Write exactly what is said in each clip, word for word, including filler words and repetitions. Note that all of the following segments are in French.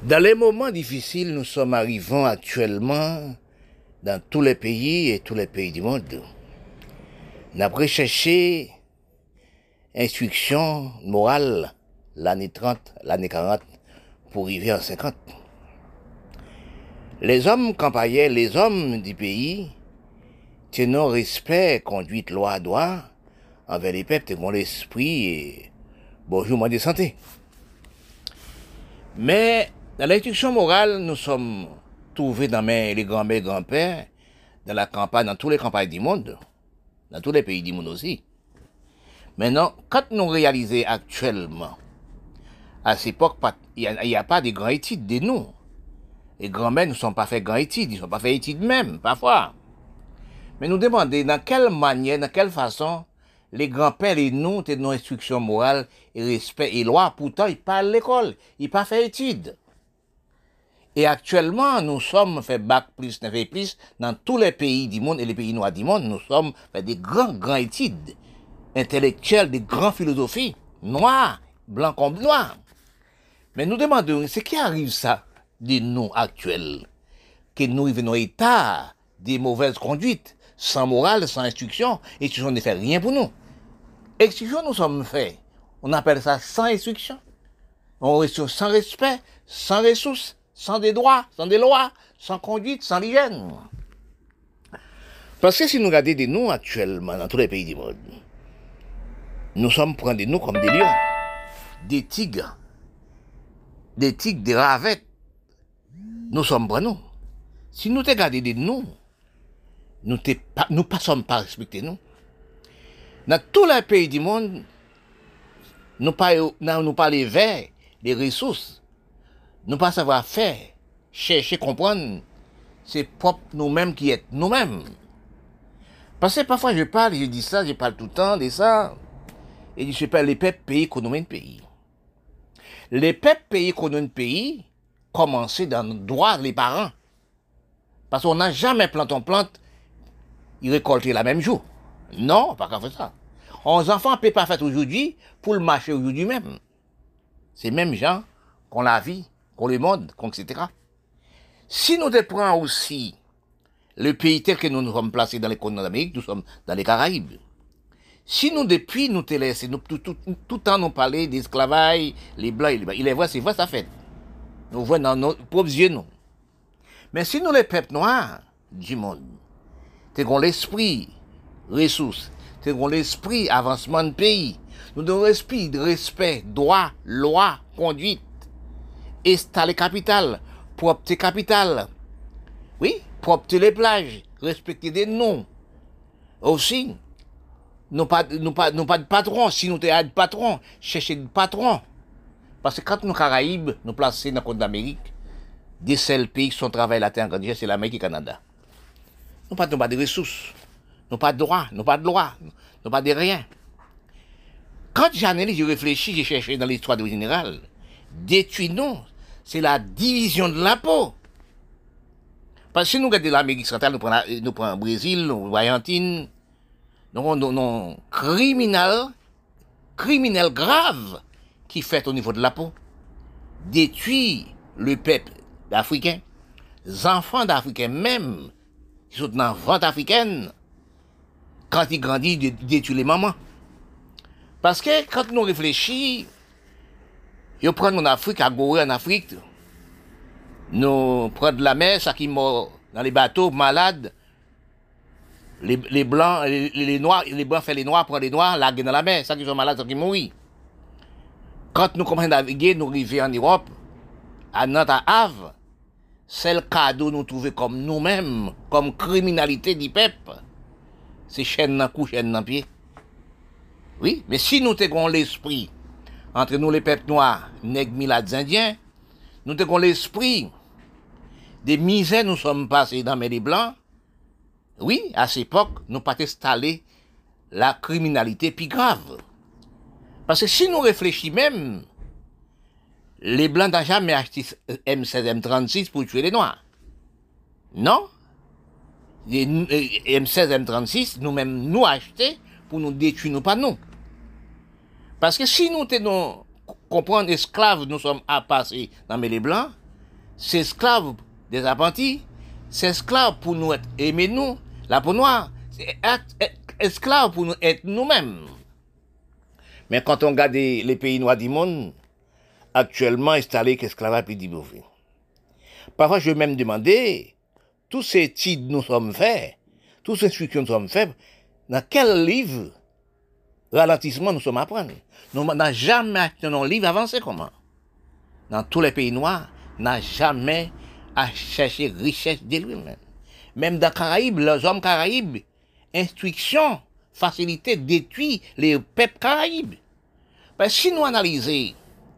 Dans les moments difficiles, nous sommes arrivés actuellement dans tous les pays et tous les pays du monde. Nous avons recherché instruction morale l'année trente, l'année quarante, pour arriver en cinquante. Les hommes campagnaient, les hommes du pays, tenant respect, conduite, loi, droit, envers les peuples, tenant l'esprit et bonjour, moi de santé. Mais dans l'instruction morale, nous sommes trouvés dans mes, les grands-mères, grands-pères, dans la campagne, dans toutes les campagnes du monde, dans tous les pays du monde aussi. Maintenant, quand nous réalisons actuellement, à cette époque, il n'y a, a pas de grandes études de nous. Les grands-mères ne sont pas fait grandes études, ils ne sont pas fait études même, parfois. Mais nous demandons dans quelle manière, dans quelle façon, les grands-pères et nous, ont nos instructions morales et respect et loi, pourtant ils parlent l'école, ils n'ont pas fait études. Et actuellement, nous sommes fait bac plus, neuf et plus, dans tous les pays du monde et les pays noirs du monde, nous sommes fait des grands, grands études intellectuelles, des grandes philosophies, noirs, blancs comme noirs. Mais nous demandons, c'est qui arrive ça, de nous actuels, que nous venons à état des mauvaises conduites, sans morale, sans instruction, et qui ne fait rien pour nous. Instruction, nous sommes faits, on appelle ça sans instruction, on reste sans respect, sans ressources, sans des droits, sans des lois, sans conduite, sans l'hygiène. Parce que si nous regardons des nous actuellement dans tous les pays du monde, nous sommes pris des nous comme des lions, des tigres, des tigres, des ravettes. Nous sommes pris nous. Si nous regardons des nous, nous ne pas, nous pas sommes pas respectés nous. Dans tous les pays du monde, nous pas nous pas les vers, les ressources. Nous pas savoir faire, chercher, comprendre, c'est propre nous-mêmes qui est nous-mêmes. Parce que parfois je parle, je dis ça, je parle tout le temps de ça, et je parle les peuples pays, économie de pays. Les peuples pays, économie de pays, commencent dans le droit les parents. Parce qu'on n'a jamais planté en plante, ils récoltent la même jour. Non, pas qu'à faire ça. Les enfants ne peuvent pas faire aujourd'hui pour le marché aujourd'hui même. C'est même gens qu'on la vie, qu'on le monde, et cetera. Si nous prenons aussi le pays tel que nous nous sommes placés dans les continents d'Amérique, nous sommes dans les Caraïbes. Si nous, depuis, nous te laissons, nous, tout, tout, tout le temps nous parler d'esclavage, les blancs et les blancs, il est vrai, c'est vrai, ça fait. Nous voyons dans nos propres yeux, nous. Mais si nous, les peuples noirs du monde, nous avons l'esprit, ressources, nous avons l'esprit, avancement de pays, nous avons l'esprit de respect, droit, loi, conduite, installer capital, propre capital, oui, propre les plages, respecter des noms. Aussi, nous pas, nous pas, nous pas de patron, si nous avons de patron, chercher de patron. Parce que quand nous Caraïbes, nous plaçons dans le côte d'Amérique, des seuls pays qui sont travaillés la terre, c'est l'Amérique et le Canada. Nous n'avons pas de ressources, nous pas de droit, nous pas de loi, nous pas de rien. Quand j'analyse, je réfléchis, j'ai cherché dans l'histoire de général, détruire nous, c'est la division de l'impôt. Parce que si nous regardons l'Amérique centrale, nous prenons, nous prenons le Brésil, l'Argentine, nous avons un criminel, criminel grave qui fait au niveau de l'impôt, détruit le peuple africain, les enfants d'Africains même, qui sont dans la vente africaine, quand ils grandissent, ils détruisent les mamans. Parce que quand nous réfléchissons, ils prennent en Afrique, à Gorée en Afrique, nous prenons de la mer, ça qui mort dans les bateaux, malades, les, les blancs, les, les noirs, les blancs font les noirs, prennent les noirs, larguent dans la mer, ça qui sont malades, ça qui mourent. Quand nous commençons à naviguer, nous arrivons en Europe, à Nantes, à Havre, c'est le cadeau nous trouvons comme nous-mêmes, comme criminalité du peuple. C'est chaîne dans cou, chaîne dans pied. Oui, mais si nous avons l'esprit, entre nous les peuples noirs, nègres, milades, indiens, nous avons l'esprit des misères nous sommes passés dans les blancs, oui, à cette époque, nous pas installé la criminalité plus grave. Parce que si nous réfléchissons même, les blancs n'ont jamais acheté M seize, M trente-six pour tuer les noirs. Non. Les M seize, M trente-six, nous-mêmes, nous achetés pour nous détruire, nous pas nous. Parce que si nous tenons comprendre esclaves, nous sommes à passer dans les blancs, c'est esclave des apprentis, c'est esclave pour nous être, aimer nous, la peau noire, c'est esclave pour nous être nous-mêmes. Mais quand on regarde les pays noirs du monde, actuellement installés qu'esclavage et d'ibouvé. Parfois, je vais même demander, tous ces titres nous sommes faits, toutes ces instructions nous sommes faites, dans quel livre ralentissement nous sommes à prendre? Nous n'avons jamais acheté un livre avancé comment? Dans tous les pays noirs, n'a jamais à chercher richesse de lui-même. Même dans les Caraïbes, les hommes Caraïbes, instruction, facilité détruit les peuples Caraïbes. Parce que si nous analysons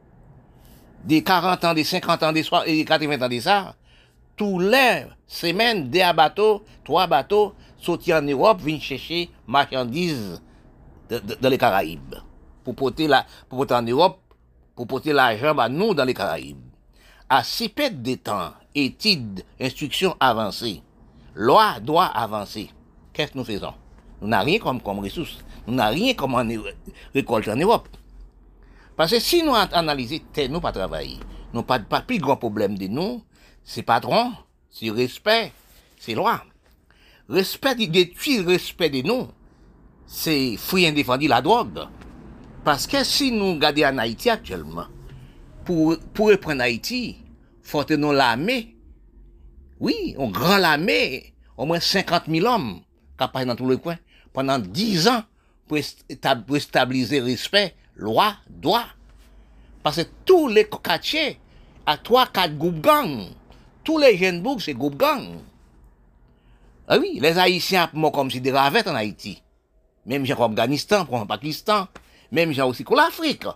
des quarante ans, des cinquante ans, des quatre-vingts ans de ça, tous les semaines, des bateaux, trois bateaux, sortis en Europe, viennent chercher marchandises dans les Caraïbes. Pour porter, la, pour porter en Europe, pour porter l'argent à nous dans les Caraïbes. À si peu de temps, études, instructions avancées, loi doit avancer. Qu'est-ce que nous faisons? Nous n'avons rien comme, comme ressources. Nous n'avons rien comme en, récolte en Europe. Parce que si nous analysons, nous pas travailler. Nous pas pas plus grand problème de nous, c'est patron, c'est respect, c'est loi. Respect, détruire le respect de nous, c'est fouiller indéfendu la drogue. Parce que si nous regardons en Haïti actuellement, pour, pour reprendre Haïti, il faut que nous l'armée. Oui, on grand l'armée, au moins cinquante mille hommes, capables dans tous les coins, pendant dix ans, pour, pour stabiliser le respect, loi, droit. Parce que tous les quartiers, à trois, quatre groupes gangs, tous les jeunes boucs, c'est groupes gangs. Ah oui, les Haïtiens, moi, comme si des ravettes en Haïti. Même gens comme Afghanistan, comme Pakistan, même gens aussi comme l'Afrique.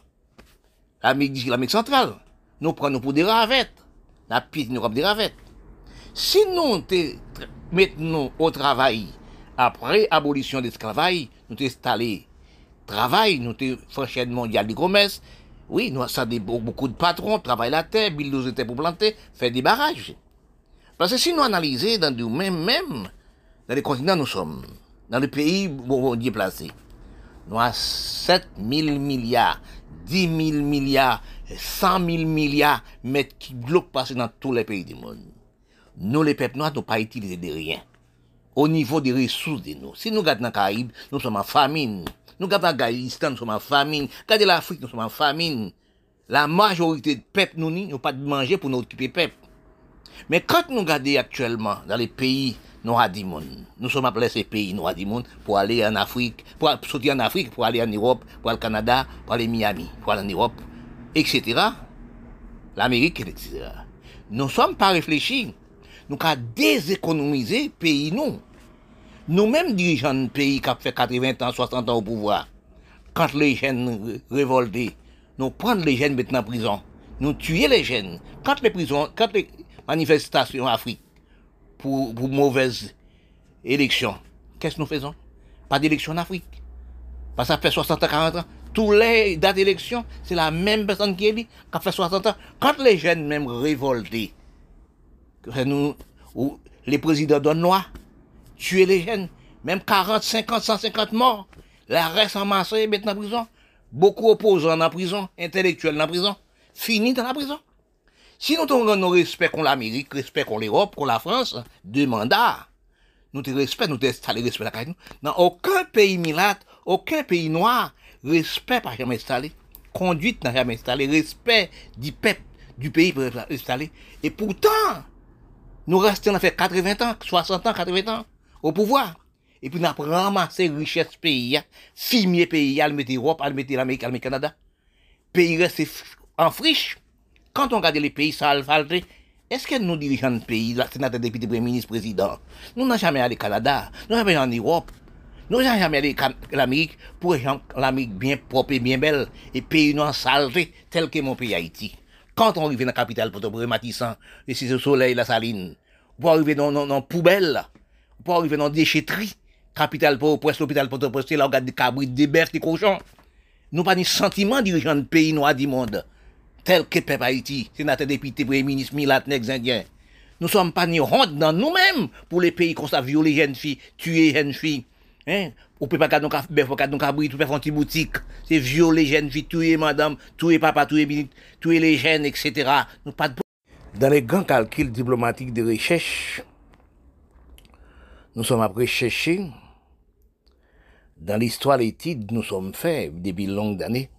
L'Amérique centrale. Nous prenons pour des ravettes. La pite, nous comme des ravettes. Si nous mettons au travail, après abolition de l'esclavage, nous installons travail, nous faisons chaîne mondiale du commerce, oui, nous avons beaucoup de patrons, travaillent la terre, buildent nos terres pour planter, faire des barrages. Parce que si nous analysons dans nous-mêmes, même, dans les continents nous sommes, dans les pays où on est placé, nous avons sept mille milliards, dix mille milliards, cent mille milliards de mètres qui bloquent passer dans tous les pays du monde. Nous, les peuples noirs, nous n'avons pas utilisé de rien. Au niveau des ressources de nous. Si nous regardons dans les Caraïbes, nous sommes en famine. Nous regardons l'Afghanistan, nous sommes en famine. Regardez l'Afrique, nous sommes en famine. La majorité de peuples, nous n'avons pas de manger pour nous occuper peuple. Mais quand nous regardons actuellement dans les pays noirs du monde, nous sommes appelés ces pays noirs du monde pour aller en Afrique, pour sortir en Afrique, pour aller en Europe, pour aller au Canada, pour aller à Miami, pour aller en Europe, et cetera. L'Amérique, et cetera. Nous ne sommes pas réfléchis. Nous avons déséconomisé le pays, nous. Nous-mêmes, dirigeants de pays qui ont fait quatre-vingts ans, soixante ans au pouvoir, quand les jeunes révoltés, nous prenons les jeunes maintenant en prison, nous tuons les jeunes. Quand les prisons, quand les manifestations en Afrique pour, pour mauvaises élections, qu'est-ce que nous faisons? Pas d'élection en Afrique. Parce que ça fait soixante ans, quarante ans. Tous les dates d'élection, c'est la même personne qui est dit, qui a fait soixante ans. Quand les jeunes même révoltés, que nous, ou les présidents de noirs, tuer les jeunes, même quarante, cinquante, cent cinquante morts, la reste en masse, maintenant en prison, beaucoup opposants en prison, intellectuels en prison, finis dans la prison. Si nous avons nos respect contre l'Amérique, respect contre l'Europe, contre la France, deux mandats, nous te respect, nous te installé respect la nous. Dans aucun pays militaire, aucun pays noir, respect n'a jamais installé, conduite n'a jamais installé, respect du peuple, du pays pour installer. Et pourtant, nous restons, on a fait quatre-vingts ans, soixante ans, quatre-vingts ans, au pouvoir. Et puis, nous avons ramassé richesse pays, filmier pays, à le mettre l'Europe, à le mettre l'Amérique, à le mettre le Canada. Pays reste en friche. Quand on regarde les pays, ça a falté. Est-ce que nous, dirigeants de pays, la sénateur, député, premier ministre, président, nous n'avons jamais allé au Canada, nous n'avons jamais allé en Europe, nous n'avons jamais allé en Amérique, pour l'Amérique bien propre et bien belle, et pays non saleté, tel que mon pays Haïti. Quand on arrive dans la capitale, pour te Matissan, et si le soleil, la saline, pour arriver dans la poubelle, pour arriver dans la déchetterie, capitale pour presque l'hôpital pour te prester, là, on regarde des cabris, des bêtes, des cochons. Nous pas de sentiment dirigeants de pays noirs du monde, tel que peuple Haïti, sénateur, député, premier ministre, milat, nègres, indiens. Nous ne sommes pas ni honte dans nous-mêmes pour les pays qu'on s'est violer jeunes filles, tuer jeunes filles. Hein? On peut pas garder nos cabris, on peut pas garder nos cabris, tout faire une petite boutique. C'est violer jeunes filles, tuer madame, tuer papa, tuer tuer les jeunes, et cetera. Nous pas de... Dans les grands calculs diplomatiques de recherche, nous sommes à rechercher. Dans l'histoire, l'étude nous sommes faits depuis longues années.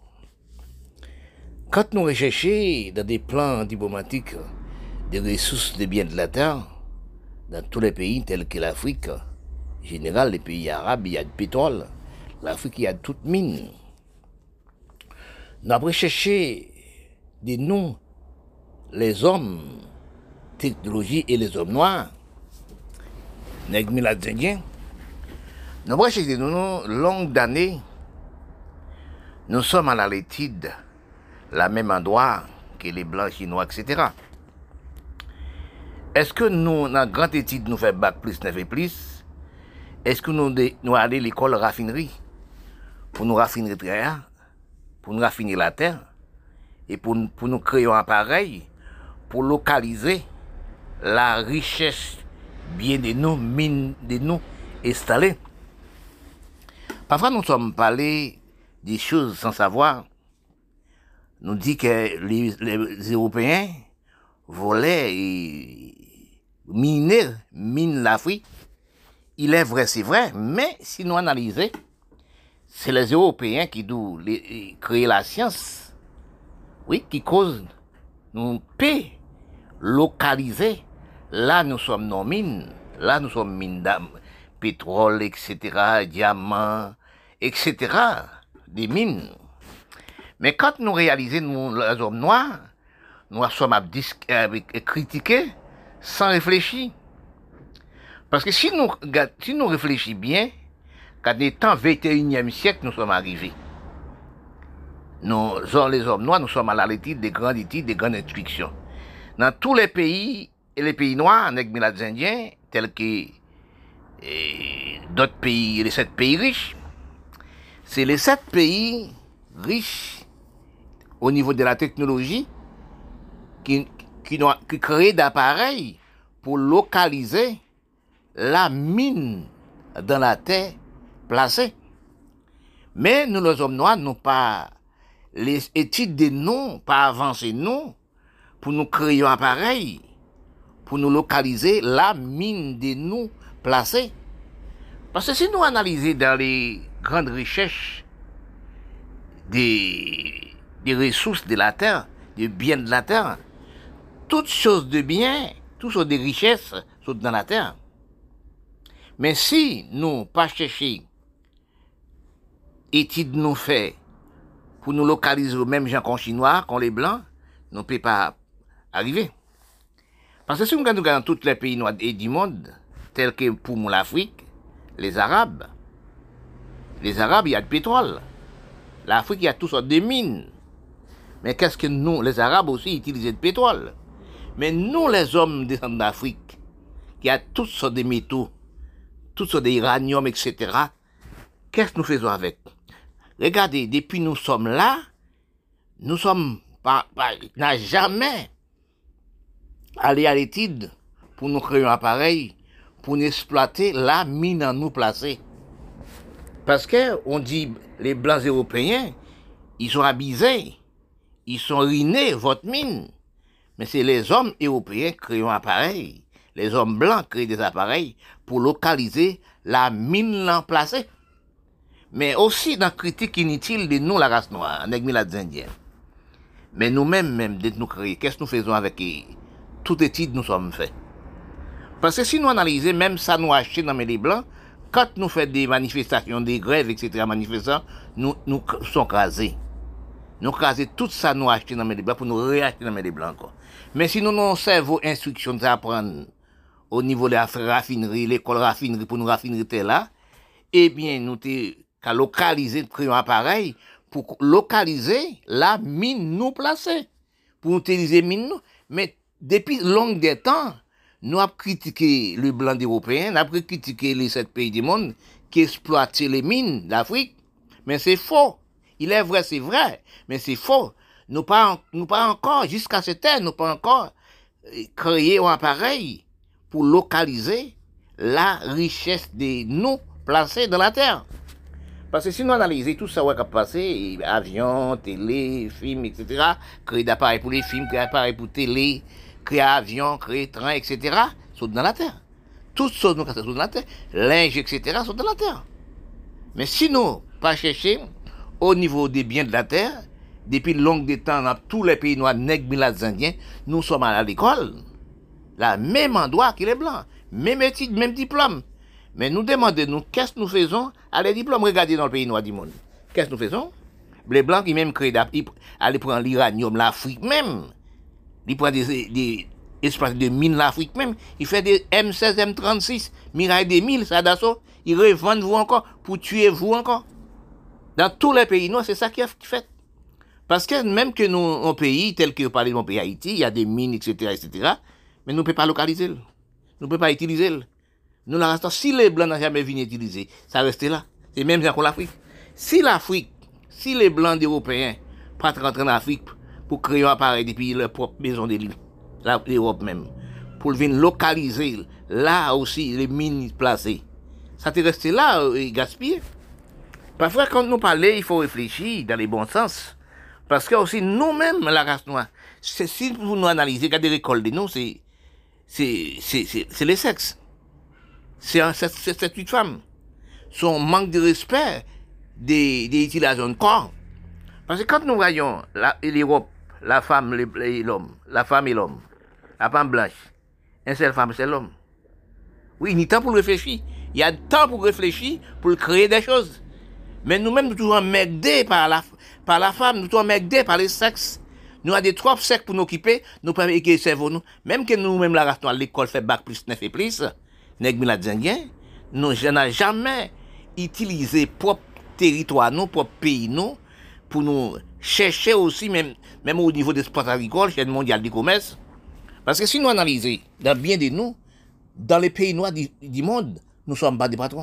Quand nous recherchons dans des plans diplomatiques des ressources de biens de la terre, dans tous les pays tels que l'Afrique, en général, les pays arabes, il y a du pétrole. L'Afrique, il y a toute mine. Nous avons recherché de nous, les hommes, technologie et les hommes noirs, les Indiens. Nous avons recherché de nous, longues années, nous sommes à la l'étude, la même endroit que les blancs, chinois, et cetera. Est-ce que nous, dans la grande étude, nous faisons bac plus, neuf et plus? Est-ce que nous, nous allons à l'école raffinerie pour nous raffiner le terre, pour nous raffiner la terre, et pour, pour nous créer un appareil pour localiser la richesse bien de nous, mines de nous installées? Parfois, nous sommes parlé des choses sans savoir. Nous dit que les, les Européens volaient et minaient, minent l'Afrique. Il est vrai, c'est vrai, mais si nous analysons, c'est les Européens qui doivent créer la science, oui, qui cause nous paix, localiser. Là, nous sommes nos mines, là, nous sommes mines d'âme, pétrole, et cetera, diamants, et cetera, des mines. Mais quand nous réalisons, nous, les hommes noirs, nous sommes à, à critiquer sans réfléchir. Parce que si nous, si nous réfléchissons bien, quand les temps vingt et unième siècle, nous sommes arrivés. Nous, les hommes noirs, nous sommes à la l'étude des grandes études, des grandes instructions. Dans tous les pays, et les pays noirs, les Indiens, tels que d'autres pays, les sept pays riches, c'est les sept pays riches au niveau de la technologie qui, qui, qui créent d'appareils pour localiser la mine dans la terre placée. Mais nous, les hommes noirs, n'ont pas les études de nous, pas avancé nous, pour nous créer un appareil, pour nous localiser la mine de nous placée. Parce que si nous analysons dans les grandes recherches des, des ressources de la terre, des biens de la terre, toutes choses de biens, toutes choses de richesses sont dans la terre. Mais si nous pas chercher études nous fait pour nous localiser aux mêmes gens qu'en chinois, qu'en les blancs, nous ne pouvons pas arriver. Parce que si nous regardons tous les pays noirs du monde, tels que pour l'Afrique, les Arabes, les Arabes, il y a du pétrole. L'Afrique, il y a toutes sortes de mines. Mais qu'est-ce que nous, les Arabes aussi, utilisent du pétrole? Mais nous, les hommes descendants d'Afrique, qui a toutes sortes de métaux, toutes sortes d'uranium, et cetera, qu'est-ce que nous faisons avec? Regardez, depuis nous sommes là, nous sommes pas, pas n'a jamais allé à l'étude pour nous créer un appareil, pour nous exploiter la mine en nous placer. Parce que on dit, les blancs européens, ils sont abusés, ils sont ruinés, votre mine. Mais c'est les hommes européens qui créent un appareil, les hommes blancs créent des appareils pour localiser la mine l'en placée. Mais aussi dans la critique inutile de nous, la race noire, les Indiens. Mais nous-mêmes, même, de nous créer, qu'est-ce que nous faisons avec toute étude nous sommes faits? Parce que si nous analysons, même ça nous acheter dans les blancs, quand nous faisons des manifestations, des grèves, et cetera, manifestants, nous, nous sommes crasés. Nous crasons tout ça nous acheter dans les blancs pour nous réacheter dans les blancs. Quoi. Mais si nous nous servons instructions d'apprendre au niveau de la raffinerie, l'école raffinerie, pour nous raffiner là, eh bien, nous avons localisé, créer un appareil pour localiser la mine nous placée, pour utiliser mine nous. Mais depuis long des temps, nous avons critiqué le blanc européen, nous avons critiqué les sept pays du monde qui exploitent les mines d'Afrique. Mais c'est faux. Il est vrai, c'est vrai, mais c'est faux. Nous pas, nous pas encore, jusqu'à ce temps, nous pas encore créé un appareil pour localiser la richesse de nous placés dans la terre. Parce que si nous analysons tout ça qui a passé, avions, télé, films, et cetera, créer d'appareils pour les films, créer d'appareils pour télé, créer avion, créer train, et cetera, sont dans la terre. Toutes choses nous sont dans la terre. Linge, et cetera, sont dans la terre. Mais si nous, pas chercher au niveau des biens de la terre, depuis longue des temps, dans tous les pays noirs, nègres, les indiens, nous sommes à l'école. Là, même endroit que les blancs. Même études, même diplôme. Mais nous demandons, nous, qu'est-ce que nous faisons à les diplômes? Regardez dans le pays noir du monde. Qu'est-ce que nous faisons? Les blancs qui même créent, ils allaient prendre l'uranium, l'Afrique même. Ils prennent des, des espaces de mines, l'Afrique même. Ils font des M seize, M trente-six, Miraille des mille, ça d'assaut. Ils revendent vous encore pour tuer vous encore. Dans tous les pays noirs, c'est ça qui est fait. Parce que même que nous, un pays, tel que par exemple, pays Haïti, il y a des mines, et cetera, et cetera, mais nous ne pouvons pas localiser. Nous ne pouvons pas utiliser. Nous la restons. Si les Blancs n'ont jamais venu utiliser, ça reste là. C'est même ça pour l'Afrique. Si l'Afrique, si les Blancs d'Européens pas rentrer en Afrique pour créer un appareil depuis leur propre maison de l'île, l'Europe même, pour venir localiser là aussi les mines placées, ça te reste là et gaspillé. Parfois, quand nous parlons, il faut réfléchir dans les bons sens. Parce que aussi, nous-mêmes, la race noire, si vous nous analysez, regardez l'école de nous, c'est c'est les sexes. C'est cette huit femmes. Son manque de respect des, des utilisations de corps. Parce que quand nous voyons l'Europe, la femme et l'homme, la femme et l'homme, la femme blanche, une seule femme, c'est l'homme. Oui, il y a temps pour réfléchir. Il y a temps pour réfléchir, pour créer des choses. Mais nous-mêmes, nous sommes emmerdés par la, par la femme, nous sommes emmerdés par les sexes. Nous avons des trois sexes pour nous occuper, nous pouvons écrire le cerveau. Nous. Même que nous-mêmes, la race noire, l'école fait bac plus neuf et plus, nous n'avons jamais utilisé propre territoire, nos propre pays, nous, pour nous chercher aussi, même, même au niveau des sports agricoles, chaîne mondiale du commerce. Parce que si nous analysons, dans bien de nous, dans les pays noirs du, du monde, nous ne sommes pas des patrons.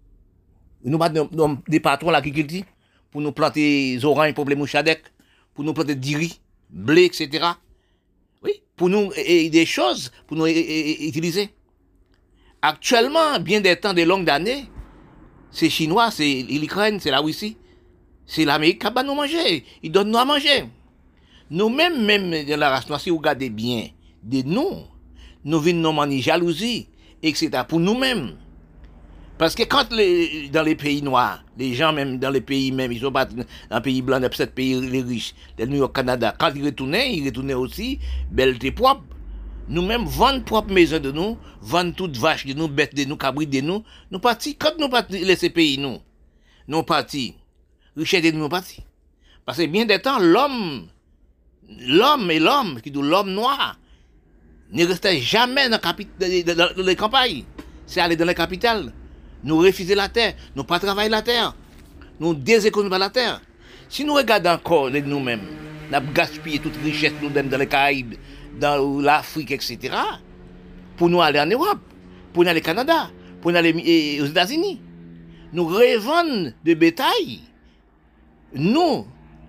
Nous sommes des patrons de l'agriculture, pour nous planter des oranges pour les mouchadec, pour nous planter du riz, blé, et cetera. Oui, pour nous, et, et des choses, pour nous et, et, utiliser. Actuellement, bien des temps, des longues années, c'est Chinois, c'est l'Ukraine, c'est la Russie, c'est l'Amérique qui va nous manger. Ils donnent nous à manger. Nous-mêmes, même dans la race noire, si vous regardez bien, de nous, nous venons nous manger jalousie, et cetera pour nous-mêmes. Parce que quand les, dans les pays noirs, les gens même dans les pays même, ils sont pas dans les pays blancs, dans les pays les riches, le New York, Canada, quand ils retournaient, ils retournaient aussi, belleté propre. Nous-mêmes, vendre propre maison de nous, vendre toute vache de nous, bête de nous, cabrit de nous, nous partis, quand nous partis laisser pays nous, nous partis, richesse de nous, nous partis. Parce que bien des temps, l'homme, l'homme et l'homme, qui dit l'homme noir, ne restait jamais dans, capi- dans, dans, dans les campagnes. C'est aller dans les capitales. Nous refuser la terre, nous pas travailler la terre, nous déséconomiser la terre. Si nous regardons encore nous-mêmes, nous avons gaspillé toute richesse nous donne dans les Caraïbes, dans l'Afrique, et cetera, pour nous aller en Europe, pour nous aller au Canada, pour nous aller aux États-Unis. Nous revendons de bétail. Nous,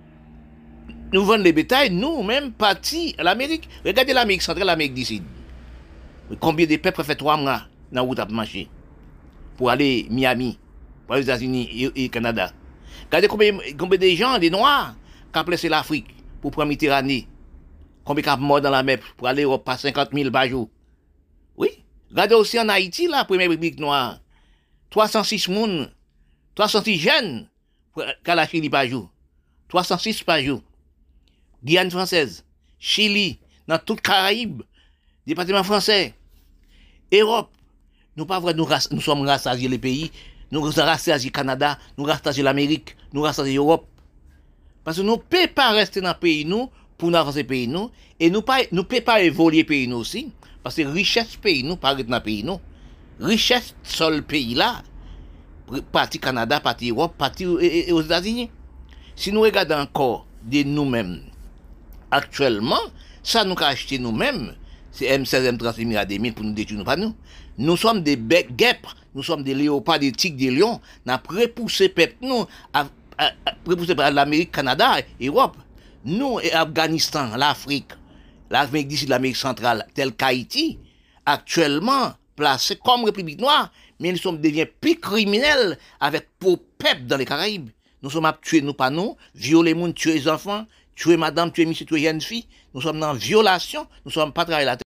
nous vendons les bétails, nous-mêmes, partis à l'Amérique. Regardez l'Amérique centrale, l'Amérique du Sud. Combien de peuples fait trois mois dans la route à marcher pour aller à Miami, pour aller aux États-Unis et, et Canada. Regardez combien, combien de gens, des Noirs, qui ont placé l'Afrique pour prendre Méditerranée. Combien sont morts dans la mer pour aller Europe à cinquante mille par jour. Oui. Regardez aussi en Haïti, la première république noire. trois cent six personnes, trois cent six jeunes pour la Chili par jour. trois cent six par jour. Guyane française, Chili, dans toute Caraïbes, département français, Europe. Nous pas vrai, nous, nous sommes rassasiés les pays, nous rassasiés le Canada, nous rassasiés l'Amérique, nous rassasiés l'Europe. Parce que nous ne pouvons pas rester dans le pays, nous, pour nous avancer le pays, nous, et nous ne pouvons pas évoluer le pays, nous aussi, parce que richesse pays, nous, pas rester dans le pays, nous. Richesse seul pays là, partie Canada, partie Europe, partie aux États-Unis. Si nous regardons encore de nous-mêmes, actuellement, ça nous a acheté nous-mêmes, c'est M seize, M trente-six, deux mille pour nous détruire, pas nous. Nous sommes des guêpes, nous sommes des léopards, des tigres, des lions. Nous avons repoussé peuple, nous, à, à, à, repoussé par l'Amérique, Canada, Europe. Nous, et Afghanistan, l'Afrique, l'Amérique du Sud, l'Amérique centrale, tel qu'Haïti, actuellement placés comme République noire, mais nous sommes devenus plus criminels avec pour peuple dans les Caraïbes. Nous sommes à tuer nous pas nous, violer les gens, tuer les enfants, tuer madame, tuer monsieur, tuer jeunes filles. Nous sommes dans violation, nous ne sommes pas travailler la terre.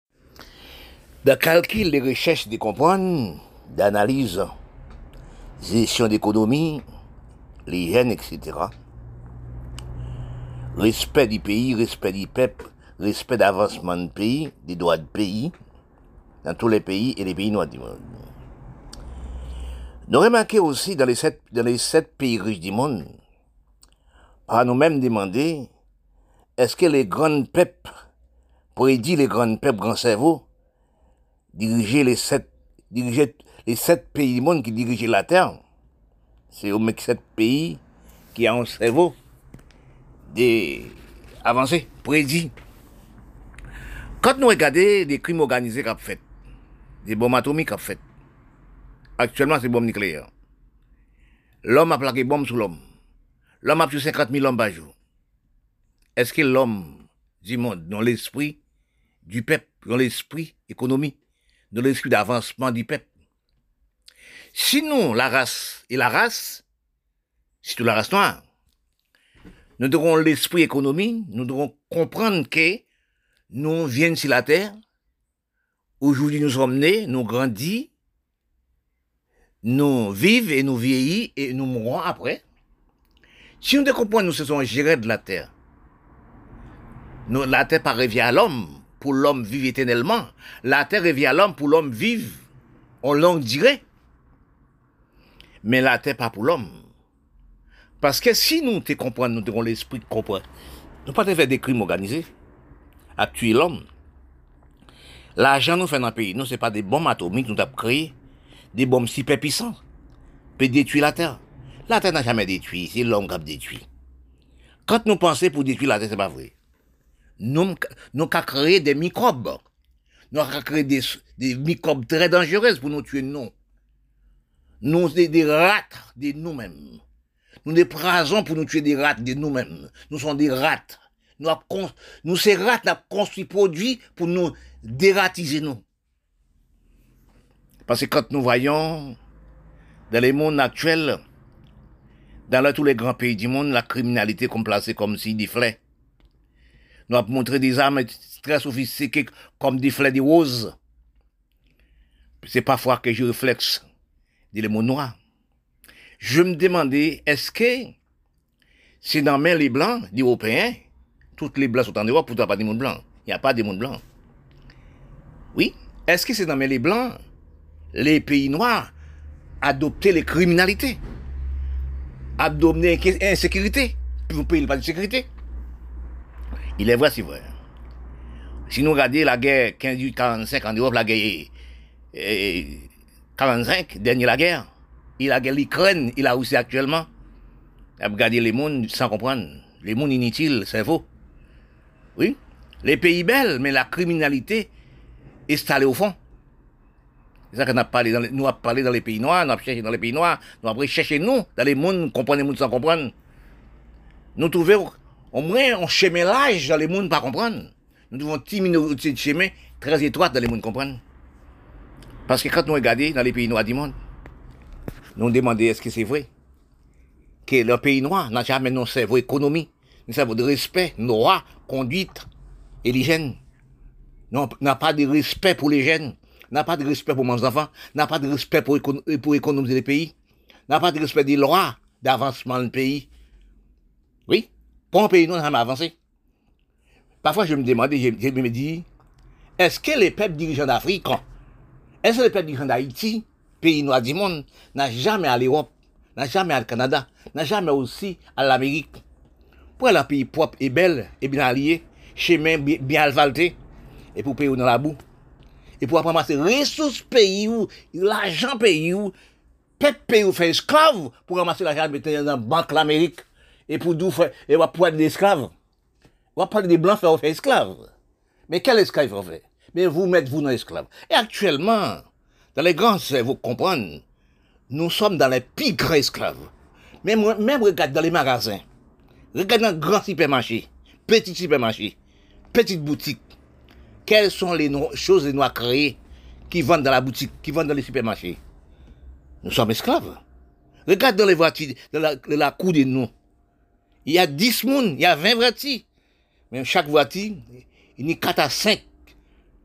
de calcul, de recherche, de comprendre, d'analyse, gestion d'économie, l'hygiène, et cetera. Respect du pays, respect du peuple, respect d'avancement du pays, des droits du pays, dans tous les pays et les pays noirs du monde. Nous remarquons aussi dans les sept, dans les sept pays riches du monde, à nous-mêmes demander, est-ce que les grands peuples, prédit les grands peuples, grands cerveaux, diriger les sept, diriger les sept pays du monde qui dirigent la terre, c'est au mec sept pays qui a un cerveau avancé, prédit. Quand nous regardons des crimes organisés qu'on fait, des bombes atomiques qu'on fait, actuellement c'est bombes nucléaires. L'homme a plaqué bombe sur l'homme. L'homme a tué cinquante mille hommes par jour. Est-ce que l'homme du monde, dans l'esprit du peuple, dans l'esprit économie, dans l'esprit d'avancement du peuple? Sinon, la race et la race, surtout la race noire, nous devons l'esprit économie, nous devons comprendre que nous venons sur la terre, aujourd'hui nous sommes nés, nous grandis, nous vivons et nous vieillissons et nous mourons après. Si nous comprenons nous sommes gérés de la terre, nous, la terre pas revient à l'homme pour l'homme vivre éternellement, la terre revient à l'homme pour l'homme vivre en longue durée. Mais la terre pas pour l'homme. Parce que si nous te comprenons, nous avons l'esprit de comprendre, nous ne pouvons pas faire des crimes organisés, à tuer l'homme. L'argent nous fait dans le pays, nous, ce n'est pas des bombes atomiques, nous avons créé des bombes super puissantes, pour détruire la terre. La terre n'a jamais détruit, c'est l'homme qui a détruit. Quand nous pensons pour détruire la terre, ce n'est pas vrai. Nous, nous avons créé des microbes. Nous avons créé des, des microbes très dangereux pour nous tuer, non. Nous, des, des rats de nous-mêmes. Nous des prasons pour nous tuer des rats de nous-mêmes. Nous sommes des rats. Nous, nous ces rats, nous avons construit produits pour nous dératiser, nous. Parce que quand nous voyons dans les mondes actuels, dans le, tous les grands pays du monde, la criminalité comme placée comme si des flets. Nous avons montré des armes très sophistiquées comme des flets de roses. C'est parfois que je réflexe des les mots noirs. Je me demandais, est-ce que c'est dans main les blancs, les Européens, toutes les blancs sont en Europe, pourtant pas des mondes blancs. Il n'y a pas des mondes blancs. Oui. Est-ce que c'est dans main les blancs, les pays noirs, adopter les criminalités, adopter l'insécurité, pour payer pas de sécurité? Il est vrai, c'est vrai. Si nous regardons la guerre quinze quarante-cinq en Europe, la guerre eh, quarante-cinq, dernière la guerre, il a l'Ukraine, il a aussi actuellement. Il a regardé les mondes sans comprendre. Les mondes inutiles, c'est faux. Oui. Les pays belles, mais la criminalité est installée au fond. C'est ça qu'on a parlé dans les, nous avons parlé dans les pays noirs, nous avons cherché dans les pays noirs, nous avons cherché nous, dans les mondes, comprendre les mondes sans comprendre. Nous trouvons au moins un chemin large dans les mondes pas comprendre. Nous devons diminuer ce chemin très étroit dans les mondes comprendre. Parce que quand nous regardons dans les pays noirs du monde, nous nous demandons est-ce que c'est vrai que le pays noir n'a jamais nos cerveau économie, nos cerveau de respect, nos droits, conduite et l'hygiène. N'a pas de respect pour les jeunes, n'a pas de respect pour mes enfants, n'a pas de respect pour, écon pour économiser les pays, n'a pas de respect des lois d'avancement du pays. Oui, pour un pays noir, ça m'a avancé. Parfois, je me demande, je, je me dis, est-ce que les peuples dirigeants d'Afrique, est-ce que les peuples dirigeants d'Haïti, pays noir du monde, n'a jamais à l'Europe, n'a jamais à le Canada, n'a jamais aussi à l'Amérique? Pour un pays propre et belle et bien allié, chemin bien, bien asphalté, et pour payer dans la boue. Et pour ramasser les ressources pays ou l'argent pays ou peuple pays ou faire esclave pour ramasser l'argent mettre dans la banque l'Amérique et pour d'où faire et pour être des esclaves. On va parler des blancs faire faire esclaves. Mais quel esclave vous fait? Mais vous mettez vous dans l'esclave. Et actuellement, dans les grands cerveaux, vous comprenez, nous sommes dans les pires grands esclaves. Même, même regarde dans les magasins, regarde dans les grands supermarchés, petits supermarchés, petites boutiques. Quelles sont les no choses que nous avons créées qui vendent dans la boutique, qui vendent dans les supermarchés? Nous sommes esclaves. Regarde dans les voitures, dans la, dans la cour de nous. Il y a dix personnes, il y a vingt voitures. Mais chaque voiture, il y a quatre à cinq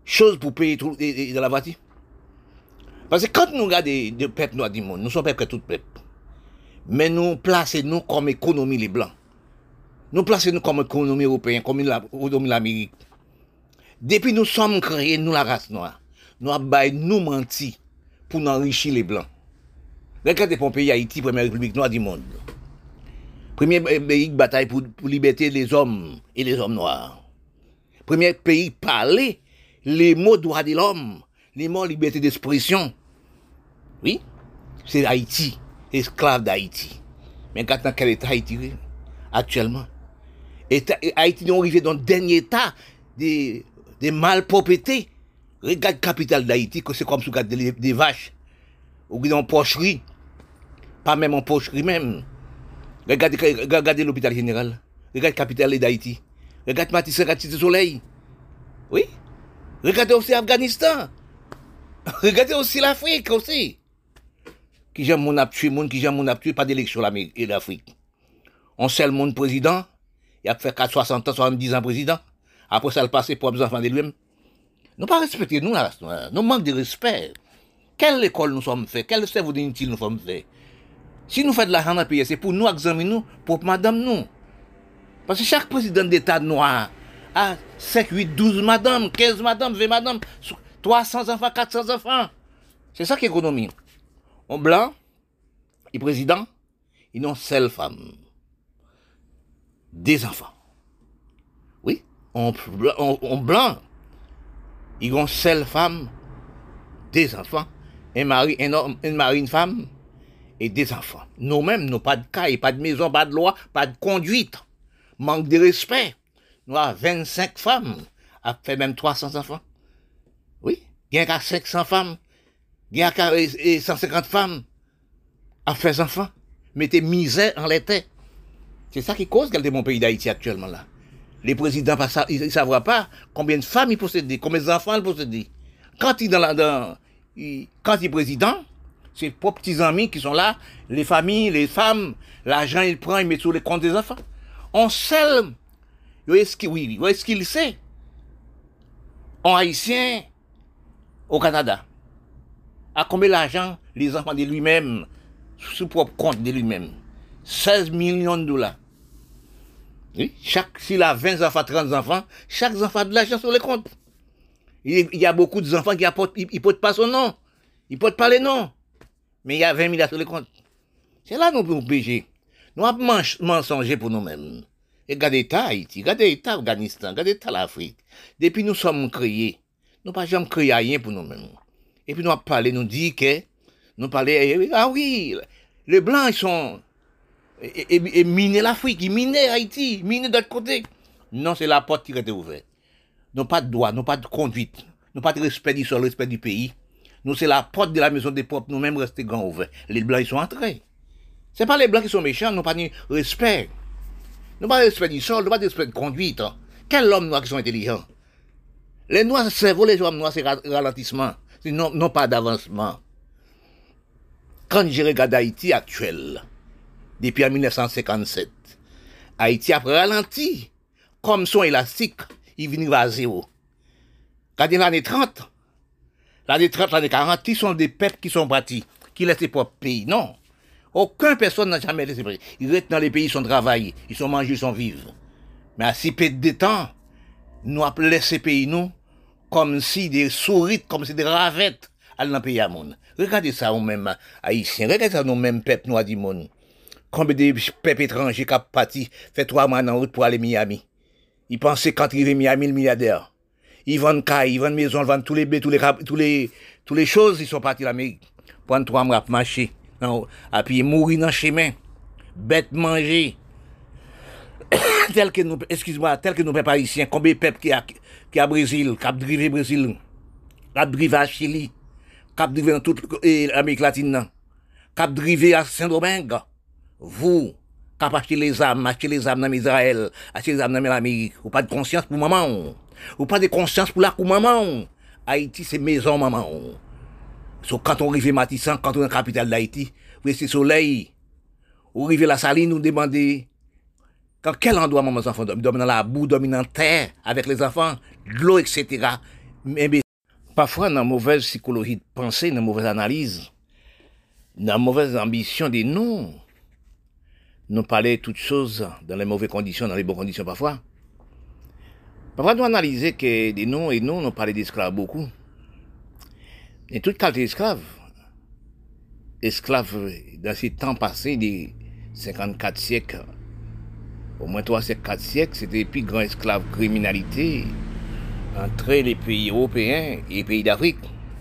chose pour payer tout et, et dans la voiture. Parce que quand nous regardons le peuple noir du monde, nous sommes peuple tout peuple. Mais nous plaçons nous comme économie les blancs. Nous plaçons nous comme économie européenne, comme économie l'Amérique. Depuis nous sommes créés, nous la race noire, nous avons nous menti pour nous enrichir les blancs. Regardez pour pays Haïti, première république noire du monde. Premier pays de bataille pour, pour liberté des hommes et les hommes noirs. Premier pays parler les mots droits de l'homme, les mots liberté d'expression. Oui, c'est Haïti, esclave d'Haïti. Mais quand dans quel état Haïti actuellement? État, Haïti est arrivé dans le dernier état des, des malpropretés. Regarde la capitale d'Haïti, que c'est comme si vous regardez des, des vaches, ou dans une pocherie, pas même en pocherie même. Regardez, regardez l'hôpital général, regardez la capitale d'Haïti, regardez Matisse, regardez le soleil. Oui, regardez aussi l'Afghanistan, regardez aussi l'Afrique aussi. Qui j'aime mon aptué, monde qui j'aime mon aptué, pas d'élection et l'Afrique. On sait le monde président, il a fait soixante ans, soixante-dix ans président, après ça le passé pour les enfants de lui-même. Nous pas respecter nous là, nous manque de respect. Quelle école nous sommes faits, quel cerveau inutile nous sommes faits. Si nous faisons de l'argent dans le pays, c'est pour nous examiner nous, pour madame nous. Parce que chaque président d'État noir a cinq, huit, douze madame, quinze madame, vingt madame, trois cents enfants, quatre cents enfants. C'est ça qui est l'économie. On blanc, il président, ils n'ont seule femme. Des enfants. Oui, on, on, on blanc, ils ont seule femme, des enfants, un mari, un homme, un mari, une femme, et des enfants. Nous-mêmes, nous pas de caille, pas de maison, pas de loi, pas de conduite. Manque de respect. Nous avons vingt-cinq femmes, a fait même trois cents enfants. Oui, il y a cinq cents femmes, il y a cent cinquante femmes, a fait enfants. Mettez misère en l'été. C'est ça qui cause qu'elle est mon pays d'Haïti actuellement là. Les présidents, ils ne savent pas combien de femmes ils possèdent, combien d'enfants ils possèdent. Quand ils dans, dans il, quand il est président, c'est pour petits amis qui sont là, les familles, les femmes, l'argent il prend, il met sur les comptes des enfants. On sait, est-ce qu'il oui, est-ce qu'il sait? On haïtien au Canada. À combien d'argent les enfants de lui-même, sous propre compte de lui-même? seize millions de dollars. Oui, chaque, s'il a vingt enfants, trente enfants, chaque enfant a de l'argent sur les comptes. Il y a beaucoup d'enfants qui apportent, ils ne portent pas son nom. Ils ne portent pas les noms. Mais il y a vingt milliards sur les comptes. C'est là que nous pouvons pécher. Nous avons mensonger pour nous-mêmes. Et regardez l'État Haïti, regardez l'État Afghanistan, regardez l'État l'Afrique. Depuis nous sommes créés, nous n'avons pas jamais créé rien pour nous-mêmes. Et puis nous avons parlé, nous dit que, nous parlons, ah oui, les Blancs, ils sont, et, et, et miner l'Afrique, ils minent Haïti, ils minent d'autre côté. Non, c'est la porte qui était ouverte. Nous n'avons pas de droit, nous n'avons pas de conduite, nous n'avons pas de respect du sol, respect du pays. Nous, c'est la porte de la maison des peuples, nous-mêmes rester grand ouvert. Les Blancs, ils sont entrés. Ce n'est pas les Blancs qui sont méchants, nous n'avons pas de respect. Nous n'avons pas de respect du sol, nous n'avons pas de respect de conduite. Quels hommes noirs qui sont intelligents? Les noirs, c'est cerveau, les hommes noirs, c'est ralentissement. C'est non, non pas d'avancement. Quand je regarde Haïti actuel, depuis en mille neuf cent cinquante-sept, Haïti a ralenti. Comme son élastique, il vient à zéro. Quand il l'année trente, l'année trente, l'année quarante, qui sont des peuples qui sont bâtis, qui laissent leur propre pays. Non. Aucune personne n'a jamais laissé pays. Ils restent dans les pays, ils sont travaillés, ils sont mangés, ils sont vivants. Mais à si peu de temps, nous avons laissé pays, nous, comme si des souris, comme si des ravettes, dans le pays à monde. Regardez ça, nous-mêmes, haïtiens, regardez ça, nous-mêmes, peuples noirs du monde. Combien de peuples étrangers qui ont parti, fait trois mois en route pour aller à Miami. Ils pensaient quand ils arrivent à Miami, le milliardaire. Ils vendent cailles, ils vendent maisons, ils vendent tous les blés, tous les, tous les, tous les choses, ils sont partis à l'Amérique. Prendre trois mois pour marcher. Non, et puis mourir dans le chemin. Bête manger. tel que nous, excuse-moi, tel que nous, peuples haïtiens, combien de peuples qui a, qui a Brésil, qui a drivé Brésil, qui a drivé à Chili, qui a drivé dans toute l'Amérique latine, qui a drivé à Saint-Domingue. Vous, qui avez acheté les âmes, acheté les âmes dans Israël, acheté les âmes dans l'Amérique, ou pas de conscience pour maman, ou pas de conscience pour la pour maman. Haïti, c'est maison maman. So, quand on arrive à Matissan, quand on est dans la capitale d'Haïti, vous êtes soleil, vous arrivez à la saline, vous demandez, dans quel endroit maman enfants dorment, dorment dans la boue, dorment dans la terre, avec les enfants, de l'eau, et cetera. Mais parfois, dans la mauvaise psychologie de pensée, dans la mauvaise analyse, dans la mauvaise ambition des nous, nous parler toutes choses dans les mauvaises conditions, dans les bonnes conditions parfois. Parfois, nous analyser que des noms et nous, nous parlons d'esclaves beaucoup. Et toute qualité d'esclaves, esclaves dans ces temps passés, des cinquante-quatre siècles, au moins trois quatre siècles, c'était les plus grands esclaves criminalité entre les pays européens et les pays d'Afrique.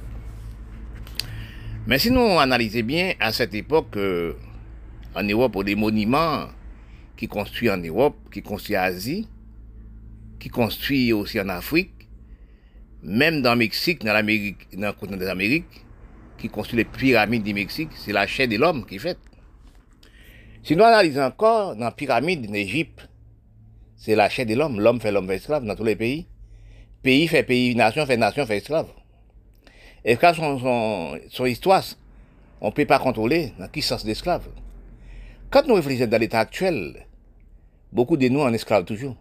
Mais si nous analysons bien, à cette époque, euh, en Europe, des monuments qui construisent en Europe, qui construisent en Asie, qui construisent aussi en Afrique, même dans le Mexique, dans l'Amérique, dans le continent des Amériques, qui construit les pyramides du Mexique, c'est la chair de l'homme qui fait. Si nous analysons encore, dans la pyramide d'Égypte, c'est la chair de l'homme. L'homme fait l'homme fait esclave dans tous les pays. Pays fait pays, nation fait nation fait esclave. Esclave, son, son, son histoire, on ne peut pas contrôler dans quel sens d'esclave. Quand nous réfléchissons dans l'état actuel, beaucoup de nous en esclaves toujours.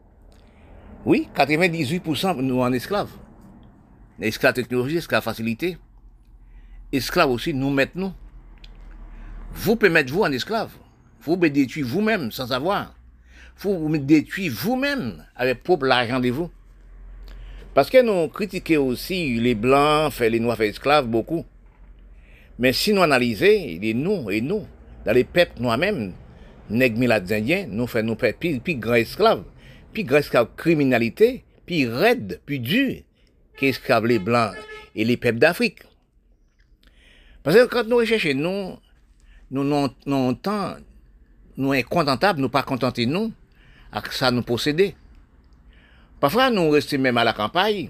Oui, quatre-vingt-dix-huit pour cent nous en esclaves. Esclaves technologie, esclaves facilité. Esclaves aussi, nous mettons nous. Vous pouvez mettre vous en esclave. Vous pouvez détruire vous-même sans savoir. Vous vous détruire vous-même avec propre l'argent de vous. Parce que nous critiquons aussi les blancs, fait les noirs, fait esclaves beaucoup. Mais si nous analysons les nous et nous, dans les peuples nous-mêmes, nègres indiens, nous faisons nos peuples plus, plus grands esclaves, plus grands esclaves criminalité, plus raides, plus durs qu'esclaves les blancs et les peuples d'Afrique. Parce que quand nous recherchons, nous, nous non non temps, nous incontentables, nous pas contentés nous, avec ça nous posséder. Parfois, nous restons même à la campagne,